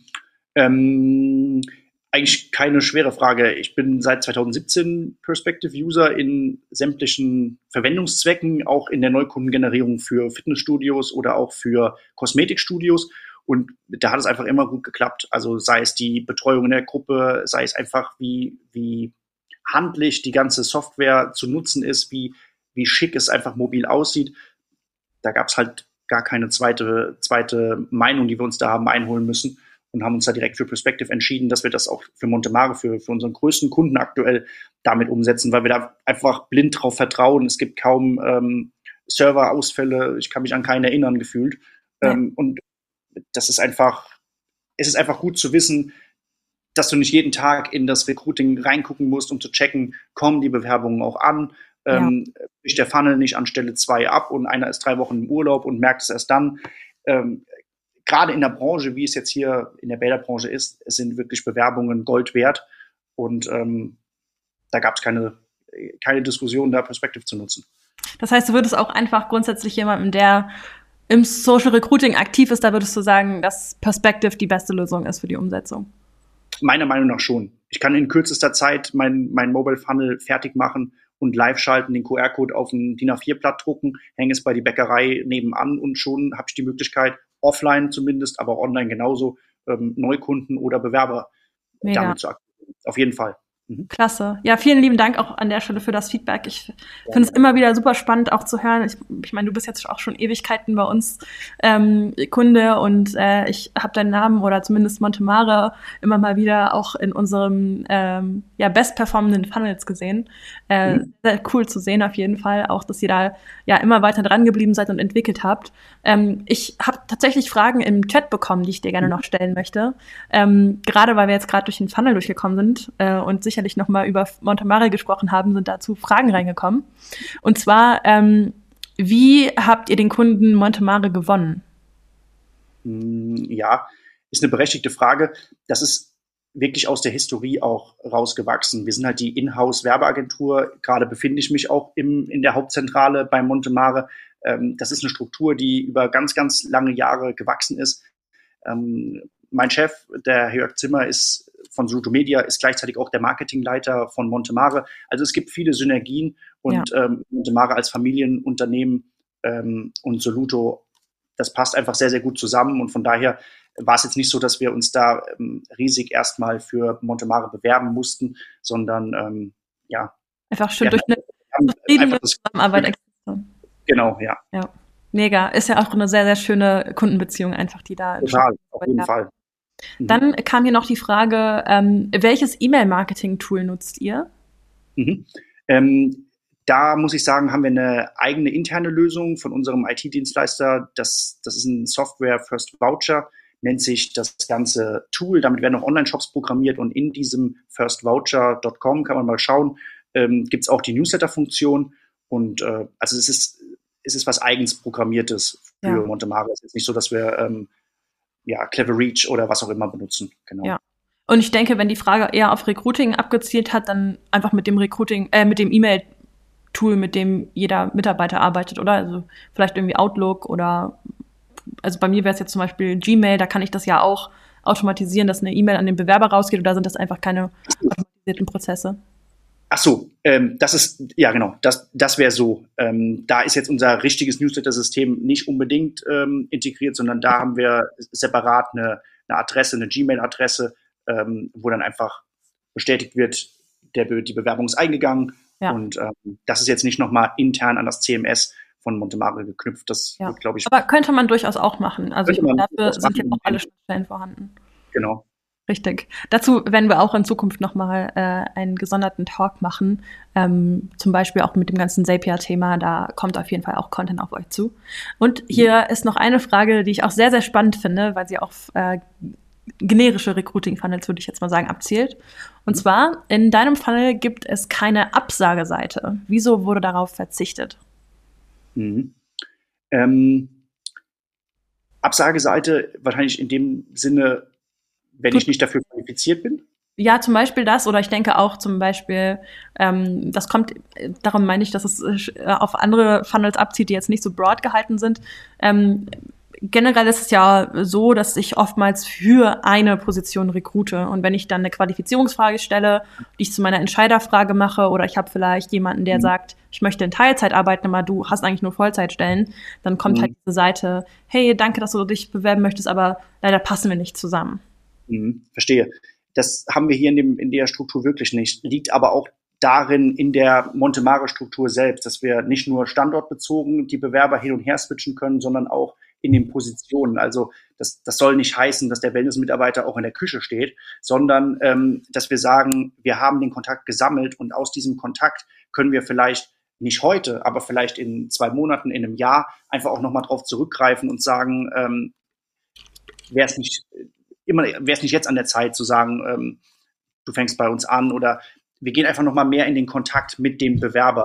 Ähm, eigentlich keine schwere Frage. Ich bin seit zweitausendsiebzehn Perspective-User in sämtlichen Verwendungszwecken, auch in der Neukundengenerierung für Fitnessstudios oder auch für Kosmetikstudios. Und da hat es einfach immer gut geklappt. Also sei es die Betreuung in der Gruppe, sei es einfach, wie, wie handlich die ganze Software zu nutzen ist, wie, wie schick es einfach mobil aussieht. Da gab es halt gar keine zweite, zweite Meinung, die wir uns da haben einholen müssen und haben uns da direkt für Perspective entschieden, dass wir das auch für Montemare, für, für unseren größten Kunden aktuell damit umsetzen, weil wir da einfach blind drauf vertrauen. Es gibt kaum ähm, Serverausfälle. Ich kann mich an keinen erinnern gefühlt. Ja. Ähm, und das ist einfach, es ist einfach gut zu wissen, dass du nicht jeden Tag in das Recruiting reingucken musst, um zu checken, kommen die Bewerbungen auch an, ähm, ja. bricht der Funnel nicht an Stelle zwei ab und einer ist drei Wochen im Urlaub und merkt es erst dann. Ähm, gerade in der Branche, wie es jetzt hier in der Bäderbranche ist, es sind wirklich Bewerbungen Gold wert und ähm, da gab es keine, keine Diskussion, da Perspective zu nutzen. Das heißt, du würdest auch einfach grundsätzlich jemandem, der im Social Recruiting aktiv ist, da würdest du sagen, dass Perspective die beste Lösung ist für die Umsetzung? Meiner Meinung nach schon. Ich kann in kürzester Zeit mein, mein Mobile Funnel fertig machen und live schalten, den Q R-Code auf ein D I N A vier Blatt drucken, hänge es bei die Bäckerei nebenan und schon habe ich die Möglichkeit, offline zumindest, aber online genauso, ähm, Neukunden oder Bewerber Mega. damit zu aktivieren. Auf jeden Fall. Mhm. Klasse. Ja, vielen lieben Dank auch an der Stelle für das Feedback. Ich finde es immer wieder super spannend auch zu hören. Ich, ich meine, du bist jetzt auch schon Ewigkeiten bei uns ähm, Kunde und äh, ich habe deinen Namen oder zumindest Montemare immer mal wieder auch in unserem ähm, ja bestperformenden Funnels gesehen. Äh, mhm. Sehr cool zu sehen auf jeden Fall, auch dass ihr da ja immer weiter dran geblieben seid und entwickelt habt. Ähm, ich habe tatsächlich Fragen im Chat bekommen, die ich dir gerne noch stellen möchte. Ähm, gerade weil wir jetzt gerade durch den Funnel durchgekommen sind äh, und sich sicherlich noch mal über Montemare gesprochen haben, sind dazu Fragen reingekommen. Und zwar, ähm, wie habt ihr den Kunden Montemare gewonnen? Ja, ist eine berechtigte Frage. Das ist wirklich aus der Historie auch rausgewachsen. Wir sind halt die Inhouse-Werbeagentur. Gerade befinde ich mich auch im, in der Hauptzentrale bei Montemare. Ähm, das ist eine Struktur, die über ganz, ganz lange Jahre gewachsen ist. Ähm, mein Chef, der Jörg Zimmer, ist von Soluto Media, ist gleichzeitig auch der Marketingleiter von Montemare. Also es gibt viele Synergien und ja. ähm, Montemare als Familienunternehmen ähm, und Soluto, das passt einfach sehr, sehr gut zusammen und von daher war es jetzt nicht so, dass wir uns da ähm, riesig erstmal für Montemare bewerben mussten, sondern ähm, ja. Einfach schön durch eine zufriedene Zusammenarbeit existieren. Genau, ja. Ja. Mega. Ist ja auch eine sehr, sehr schöne Kundenbeziehung einfach, die da Total, auf jeden Fall. Mhm. Dann kam hier noch die Frage, ähm, welches E-Mail-Marketing-Tool nutzt ihr? Mhm. Ähm, da muss ich sagen, haben wir eine eigene interne Lösung von unserem I T-Dienstleister. Das, das ist ein Software First Voucher, nennt sich das ganze Tool. Damit werden auch Online-Shops programmiert und in diesem first voucher Punkt com kann man mal schauen, ähm, gibt es auch die Newsletter-Funktion. Und äh, also es ist, es ist was eigens Programmiertes für ja. Montemare. Es ist nicht so, dass wir ähm, ja, Clever Reach oder was auch immer benutzen. Genau. Ja. Und ich denke, wenn die Frage eher auf Recruiting abgezielt hat, dann einfach mit dem Recruiting, äh, mit dem E-Mail-Tool, mit dem jeder Mitarbeiter arbeitet, oder? Also vielleicht irgendwie Outlook oder, also bei mir wäre es jetzt zum Beispiel Gmail, da kann ich das ja auch automatisieren, dass eine E-Mail an den Bewerber rausgeht, oder sind das einfach keine automatisierten Prozesse? Ach so, ähm, das ist, ja genau, das, das wäre so. Ähm, da ist jetzt unser richtiges Newsletter-System nicht unbedingt ähm, integriert, sondern da haben wir separat eine, eine Adresse, eine Gmail-Adresse, ähm, wo dann einfach bestätigt wird, der, die Bewerbung ist eingegangen. Ja. Und ähm, das ist jetzt nicht nochmal intern an das C M S von Montemare geknüpft. Das ja. wird, glaube ich. Aber könnte man durchaus auch machen. Also ich meine, dafür sind ja auch alle Schnittstellen vorhanden. Genau. Richtig. Dazu werden wir auch in Zukunft nochmal äh, einen gesonderten Talk machen, ähm, zum Beispiel auch mit dem ganzen Zapier-Thema, da kommt auf jeden Fall auch Content auf euch zu. Und hier mhm. ist noch eine Frage, die ich auch sehr, sehr spannend finde, weil sie auf äh, generische Recruiting-Funnels, würde ich jetzt mal sagen, abzielt. Und mhm. zwar, in deinem Funnel gibt es keine Absageseite. Wieso wurde darauf verzichtet? Mhm. Ähm, Absageseite wahrscheinlich in dem Sinne, wenn ich nicht dafür qualifiziert bin? Ja, zum Beispiel das, oder ich denke auch zum Beispiel, ähm, das kommt, darum meine ich, dass es äh, auf andere Funnels abzieht, die jetzt nicht so broad gehalten sind. Ähm, generell ist es ja so, dass ich oftmals für eine Position rekrute. Und wenn ich dann eine Qualifizierungsfrage stelle, die ich zu meiner Entscheiderfrage mache, oder ich habe vielleicht jemanden, der mhm. sagt, ich möchte in Teilzeit arbeiten, aber du hast eigentlich nur Vollzeitstellen, dann kommt mhm. halt diese Seite, hey, danke, dass du dich bewerben möchtest, aber leider passen wir nicht zusammen. Mhm, verstehe. Das haben wir hier in, dem, in der Struktur wirklich nicht. Liegt aber auch darin in der Montemare-Struktur selbst, dass wir nicht nur standortbezogen die Bewerber hin und her switchen können, sondern auch in den Positionen. Also das, das soll nicht heißen, dass der Wellness-Mitarbeiter auch in der Küche steht, sondern ähm, dass wir sagen, wir haben den Kontakt gesammelt und aus diesem Kontakt können wir vielleicht nicht heute, aber vielleicht in zwei Monaten, in einem Jahr einfach auch nochmal drauf zurückgreifen und sagen, ähm, wäre es nicht immer, wäre es nicht jetzt an der Zeit zu sagen, ähm, du fängst bei uns an oder wir gehen einfach noch mal mehr in den Kontakt mit dem Bewerber.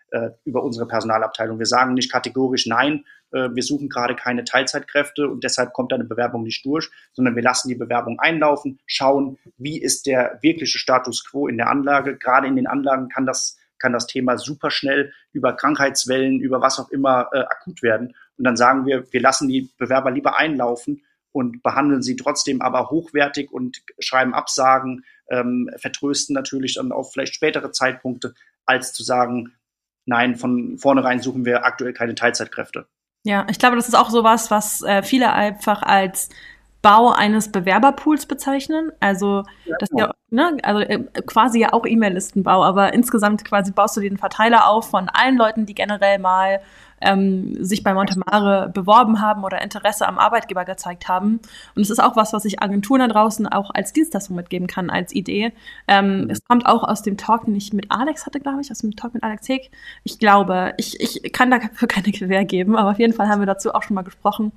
äh, über unsere Personalabteilung. Wir sagen nicht kategorisch nein, äh, wir suchen gerade keine Teilzeitkräfte und deshalb kommt eine Bewerbung nicht durch, sondern wir lassen die Bewerbung einlaufen, schauen, wie ist der wirkliche Status quo in der Anlage. Gerade in den Anlagen kann das kann das Thema super schnell über Krankheitswellen, über was auch immer äh, akut werden. Und dann sagen wir, wir lassen die Bewerber lieber einlaufen und behandeln sie trotzdem aber hochwertig und schreiben Absagen, ähm, vertrösten natürlich dann auf vielleicht spätere Zeitpunkte, als zu sagen, nein, von vornherein suchen wir aktuell keine Teilzeitkräfte. Ja, ich glaube, das ist auch sowas, was äh, viele einfach als Bau eines Bewerberpools bezeichnen. Also, Ja, das genau. ja, ne, also äh, quasi ja auch E-Mail-Listenbau, aber insgesamt quasi baust du den Verteiler auf von allen Leuten, die generell mal ähm, sich bei Montemare beworben haben oder Interesse am Arbeitgeber gezeigt haben. Und es ist auch was, was ich Agenturen da draußen auch als Dienstleistung mitgeben kann, als Idee. Ähm, mhm. Es kommt auch aus dem Talk, den ich mit Alex hatte, glaube ich, aus dem Talk mit Alex Heg. Ich glaube, ich, ich kann dafür keine Gewähr geben, aber auf jeden Fall haben wir dazu auch schon mal gesprochen,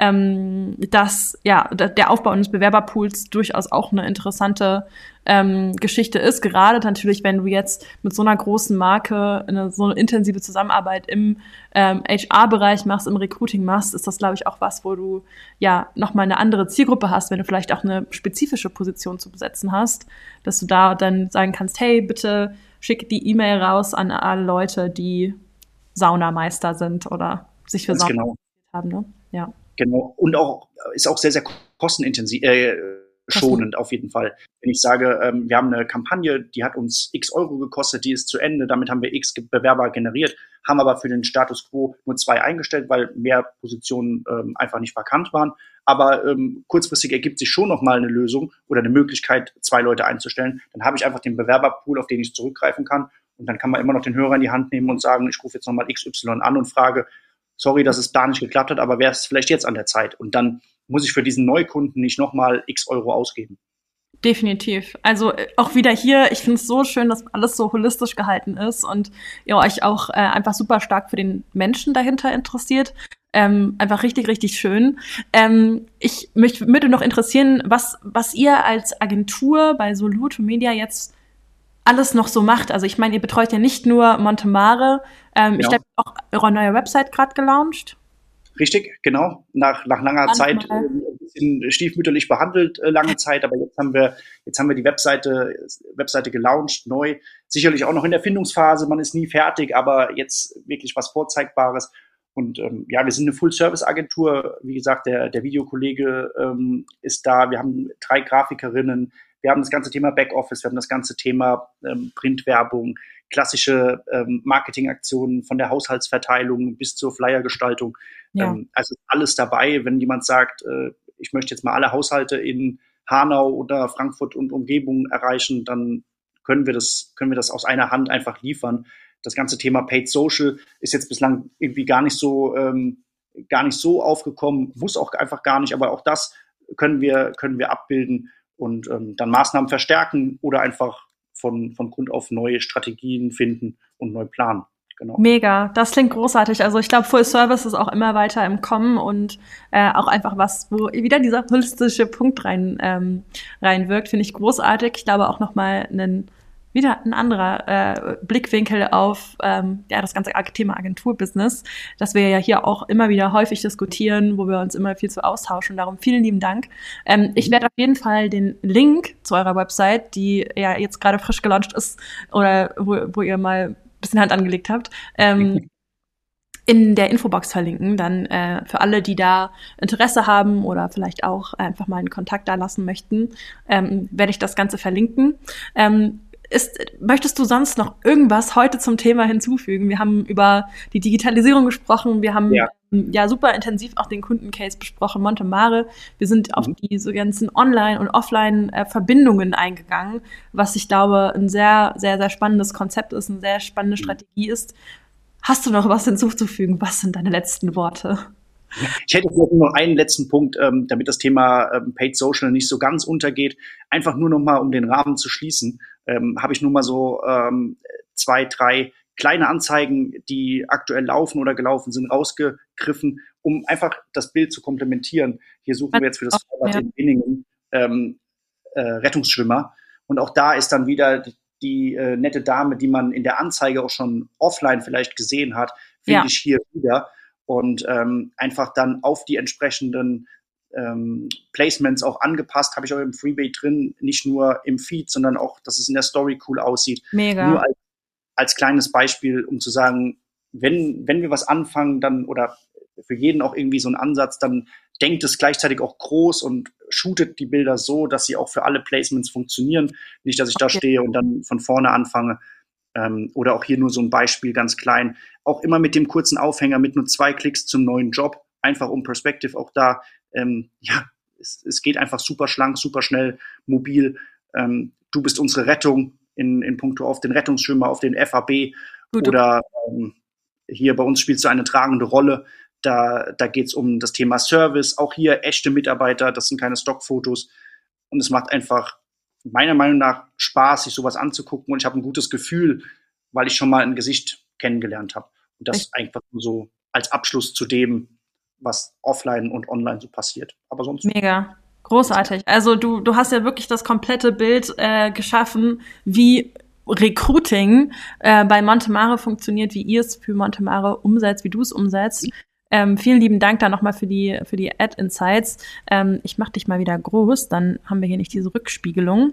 ähm, dass ja der Aufbau eines Bewerberpools durchaus auch eine interessante ähm, Geschichte ist, gerade natürlich, wenn du jetzt mit so einer großen Marke eine, so eine intensive Zusammenarbeit im ähm, H R-Bereich machst, im Recruiting machst, ist das, glaube ich, auch was, wo du ja nochmal eine andere Zielgruppe hast, wenn du vielleicht auch eine spezifische Position zu besetzen hast, dass du da dann sagen kannst, hey, bitte schick die E-Mail raus an alle Leute, die Saunameister sind oder sich für Ganz Sauna genau. haben, ne? Ja. Genau. Und auch ist auch sehr, sehr kostenintensiv, äh, schonend auf jeden Fall. Wenn ich sage, ähm, wir haben eine Kampagne, die hat uns x Euro gekostet, die ist zu Ende, damit haben wir x Bewerber generiert, haben aber für den Status quo nur zwei eingestellt, weil mehr Positionen ähm, einfach nicht vakant waren. Aber ähm, kurzfristig ergibt sich schon nochmal eine Lösung oder eine Möglichkeit, zwei Leute einzustellen. Dann habe ich einfach den Bewerberpool, auf den ich zurückgreifen kann. Und dann kann man immer noch den Hörer in die Hand nehmen und sagen, ich rufe jetzt nochmal X Y an und frage, sorry, dass es da nicht geklappt hat, aber wäre es vielleicht jetzt an der Zeit? Und dann muss ich für diesen Neukunden nicht nochmal x Euro ausgeben. Definitiv. Also auch wieder hier, ich finde es so schön, dass alles so holistisch gehalten ist und ihr euch auch äh, einfach super stark für den Menschen dahinter interessiert. Ähm, einfach richtig, richtig schön. Ähm, ich möchte würde noch interessieren, was, was ihr als Agentur bei Soluto Media jetzt alles noch so macht. Also ich meine, ihr betreut ja nicht nur Montemare. Ähm, ja. Ich glaube, auch eure neue Website gerade gelauncht. Richtig, genau. Nach, nach langer Manchmal. Zeit äh, ein bisschen stiefmütterlich behandelt, äh, lange Zeit, aber jetzt haben wir, jetzt haben wir die Webseite, Webseite gelauncht, neu. Sicherlich auch noch in der Findungsphase, man ist nie fertig, aber jetzt wirklich was Vorzeigbares. Und ähm, ja, wir sind eine Full-Service-Agentur. Wie gesagt, der, der Videokollege ähm, ist da. Wir haben drei Grafikerinnen. Wir haben das ganze Thema Backoffice, wir haben das ganze Thema ähm, Printwerbung, klassische ähm, Marketingaktionen von der Haushaltsverteilung bis zur Flyergestaltung. Ja. Ähm, also alles dabei. Wenn jemand sagt, äh, ich möchte jetzt mal alle Haushalte in Hanau oder Frankfurt und Umgebung erreichen, dann können wir das, können wir das aus einer Hand einfach liefern. Das ganze Thema Paid Social ist jetzt bislang irgendwie gar nicht so, ähm, gar nicht so aufgekommen, muss auch einfach gar nicht, aber auch das können wir, können wir abbilden und ähm, dann Maßnahmen verstärken oder einfach von, von Grund auf neue Strategien finden und neu planen. Genau. Mega, das klingt großartig. Also ich glaube, Full Service ist auch immer weiter im Kommen und äh, auch einfach was, wo wieder dieser holistische Punkt rein ähm, reinwirkt, finde ich großartig. Ich glaube auch nochmal einen wieder ein anderer äh, Blickwinkel auf ähm, ja das ganze Thema Agenturbusiness, das wir ja hier auch immer wieder häufig diskutieren, wo wir uns immer viel zu austauschen. Darum vielen lieben Dank. Ähm, ich werde auf jeden Fall den Link zu eurer Website, die ja jetzt gerade frisch gelauncht ist oder wo, wo ihr mal ein bisschen Hand angelegt habt, ähm, in der Infobox verlinken, dann äh, für alle, die da Interesse haben oder vielleicht auch einfach mal einen Kontakt da lassen möchten, ähm, werde ich das Ganze verlinken. Ähm, Ist, möchtest du sonst noch irgendwas heute zum Thema hinzufügen? Wir haben über die Digitalisierung gesprochen, wir haben ja, ähm, ja super intensiv auch den Kundencase besprochen, Montemare. Wir sind mhm. auf die so ganzen Online- und Offline-Verbindungen eingegangen, was ich glaube ein sehr, sehr, sehr spannendes Konzept ist, eine sehr spannende mhm. Strategie ist. Hast du noch was hinzuzufügen? Was sind deine letzten Worte? Ich hätte vielleicht noch einen letzten Punkt, ähm, damit das Thema ähm, Paid Social nicht so ganz untergeht. Einfach nur noch mal, um den Rahmen zu schließen, ähm, habe ich nur mal so ähm, zwei, drei kleine Anzeigen, die aktuell laufen oder gelaufen sind, rausgegriffen, um einfach das Bild zu komplementieren. Hier suchen wir jetzt für das Vorwort ja. in Binningen ähm, äh, Rettungsschwimmer. Und auch da ist dann wieder die äh, nette Dame, die man in der Anzeige auch schon offline vielleicht gesehen hat, finde Ja. ich hier wieder. Und ähm, einfach dann auf die entsprechenden ähm, Placements auch angepasst, habe ich auch im Freebie drin, nicht nur im Feed, sondern auch, dass es in der Story cool aussieht. Mega. Nur als, als kleines Beispiel, um zu sagen, wenn, wenn wir was anfangen, dann oder für jeden auch irgendwie so ein Ansatz, dann denkt es gleichzeitig auch groß und shootet die Bilder so, dass sie auch für alle Placements funktionieren. Nicht, dass ich Okay. da stehe und dann von vorne anfange. Ähm, oder auch hier nur so ein Beispiel ganz klein. Auch immer mit dem kurzen Aufhänger, mit nur zwei Klicks zum neuen Job. Einfach um Perspective auch da. Ähm, ja, es, es geht einfach super schlank, super schnell, mobil. Ähm, du bist unsere Rettung in, in puncto auf den Rettungsschwimmer, auf den F A B. Gut, Oder ähm, hier bei uns spielst du eine tragende Rolle. Da, da geht es um das Thema Service. Auch hier echte Mitarbeiter, das sind keine Stockfotos. Und es macht einfach meiner Meinung nach Spaß, sich sowas anzugucken. Und ich habe ein gutes Gefühl, weil ich schon mal ein Gesicht kennengelernt habe. Und das einfach nur so als Abschluss zu dem, was offline und online so passiert. Aber sonst. Mega. Großartig. Also du, du hast ja wirklich das komplette Bild äh, geschaffen, wie Recruiting äh, bei Montemare funktioniert, wie ihr es für Montemare umsetzt, wie du es umsetzt. Ähm, vielen lieben Dank da nochmal für die, für die Ad-Insights. Ähm, ich mach dich mal wieder groß, dann haben wir hier nicht diese Rückspiegelung.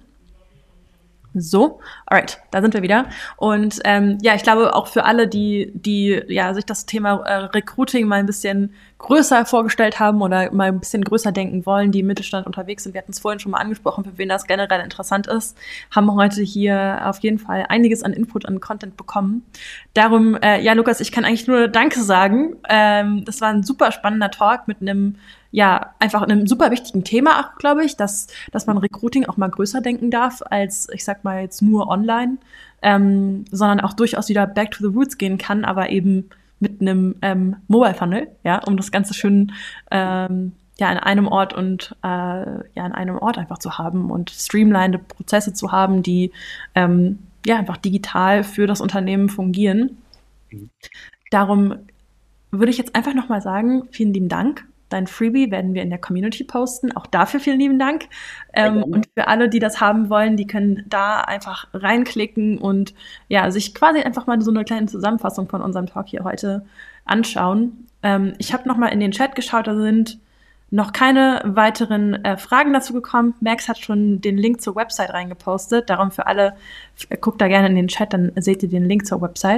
So, alright, da sind wir wieder. Und ähm, ja, ich glaube auch für alle, die die ja sich das Thema äh, Recruiting mal ein bisschen größer vorgestellt haben oder mal ein bisschen größer denken wollen, die im Mittelstand unterwegs sind. Wir hatten es vorhin schon mal angesprochen, für wen das generell interessant ist, haben heute hier auf jeden Fall einiges an Input, an Content bekommen. Darum, äh, ja, Lukas, ich kann eigentlich nur Danke sagen. Ähm, das war ein super spannender Talk mit einem ja, einfach einem super wichtigen Thema auch, glaube ich, dass, dass man Recruiting auch mal größer denken darf, als, ich sag mal, jetzt nur online, ähm, sondern auch durchaus wieder back to the roots gehen kann, aber eben mit einem ähm, Mobile Funnel, ja, um das Ganze schön ähm, ja an einem Ort und äh, ja an einem Ort einfach zu haben und streamlined Prozesse zu haben, die ähm, ja einfach digital für das Unternehmen fungieren. Mhm. Darum würde ich jetzt einfach nochmal sagen, vielen lieben Dank. Dein Freebie werden wir in der Community posten. Auch dafür vielen lieben Dank. Ähm, und für alle, die das haben wollen, die können da einfach reinklicken und ja, sich quasi einfach mal so eine kleine Zusammenfassung von unserem Talk hier heute anschauen. Ähm, ich habe nochmal in den Chat geschaut, da sind noch keine weiteren äh, Fragen dazu gekommen. Max hat schon den Link zur Website reingepostet. Darum für alle, äh, guckt da gerne in den Chat, dann seht ihr den Link zur Website.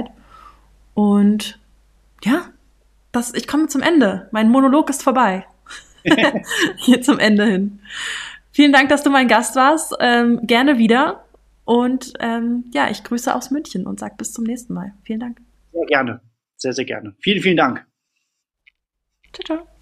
Und ja, Das, ich komme zum Ende. Mein Monolog ist vorbei. Hier zum Ende hin. Vielen Dank, dass du mein Gast warst. Ähm, gerne wieder. Und ähm, ja, ich grüße aus München und sage bis zum nächsten Mal. Vielen Dank. Sehr gerne. Sehr, sehr gerne. Vielen, vielen Dank. Ciao, ciao.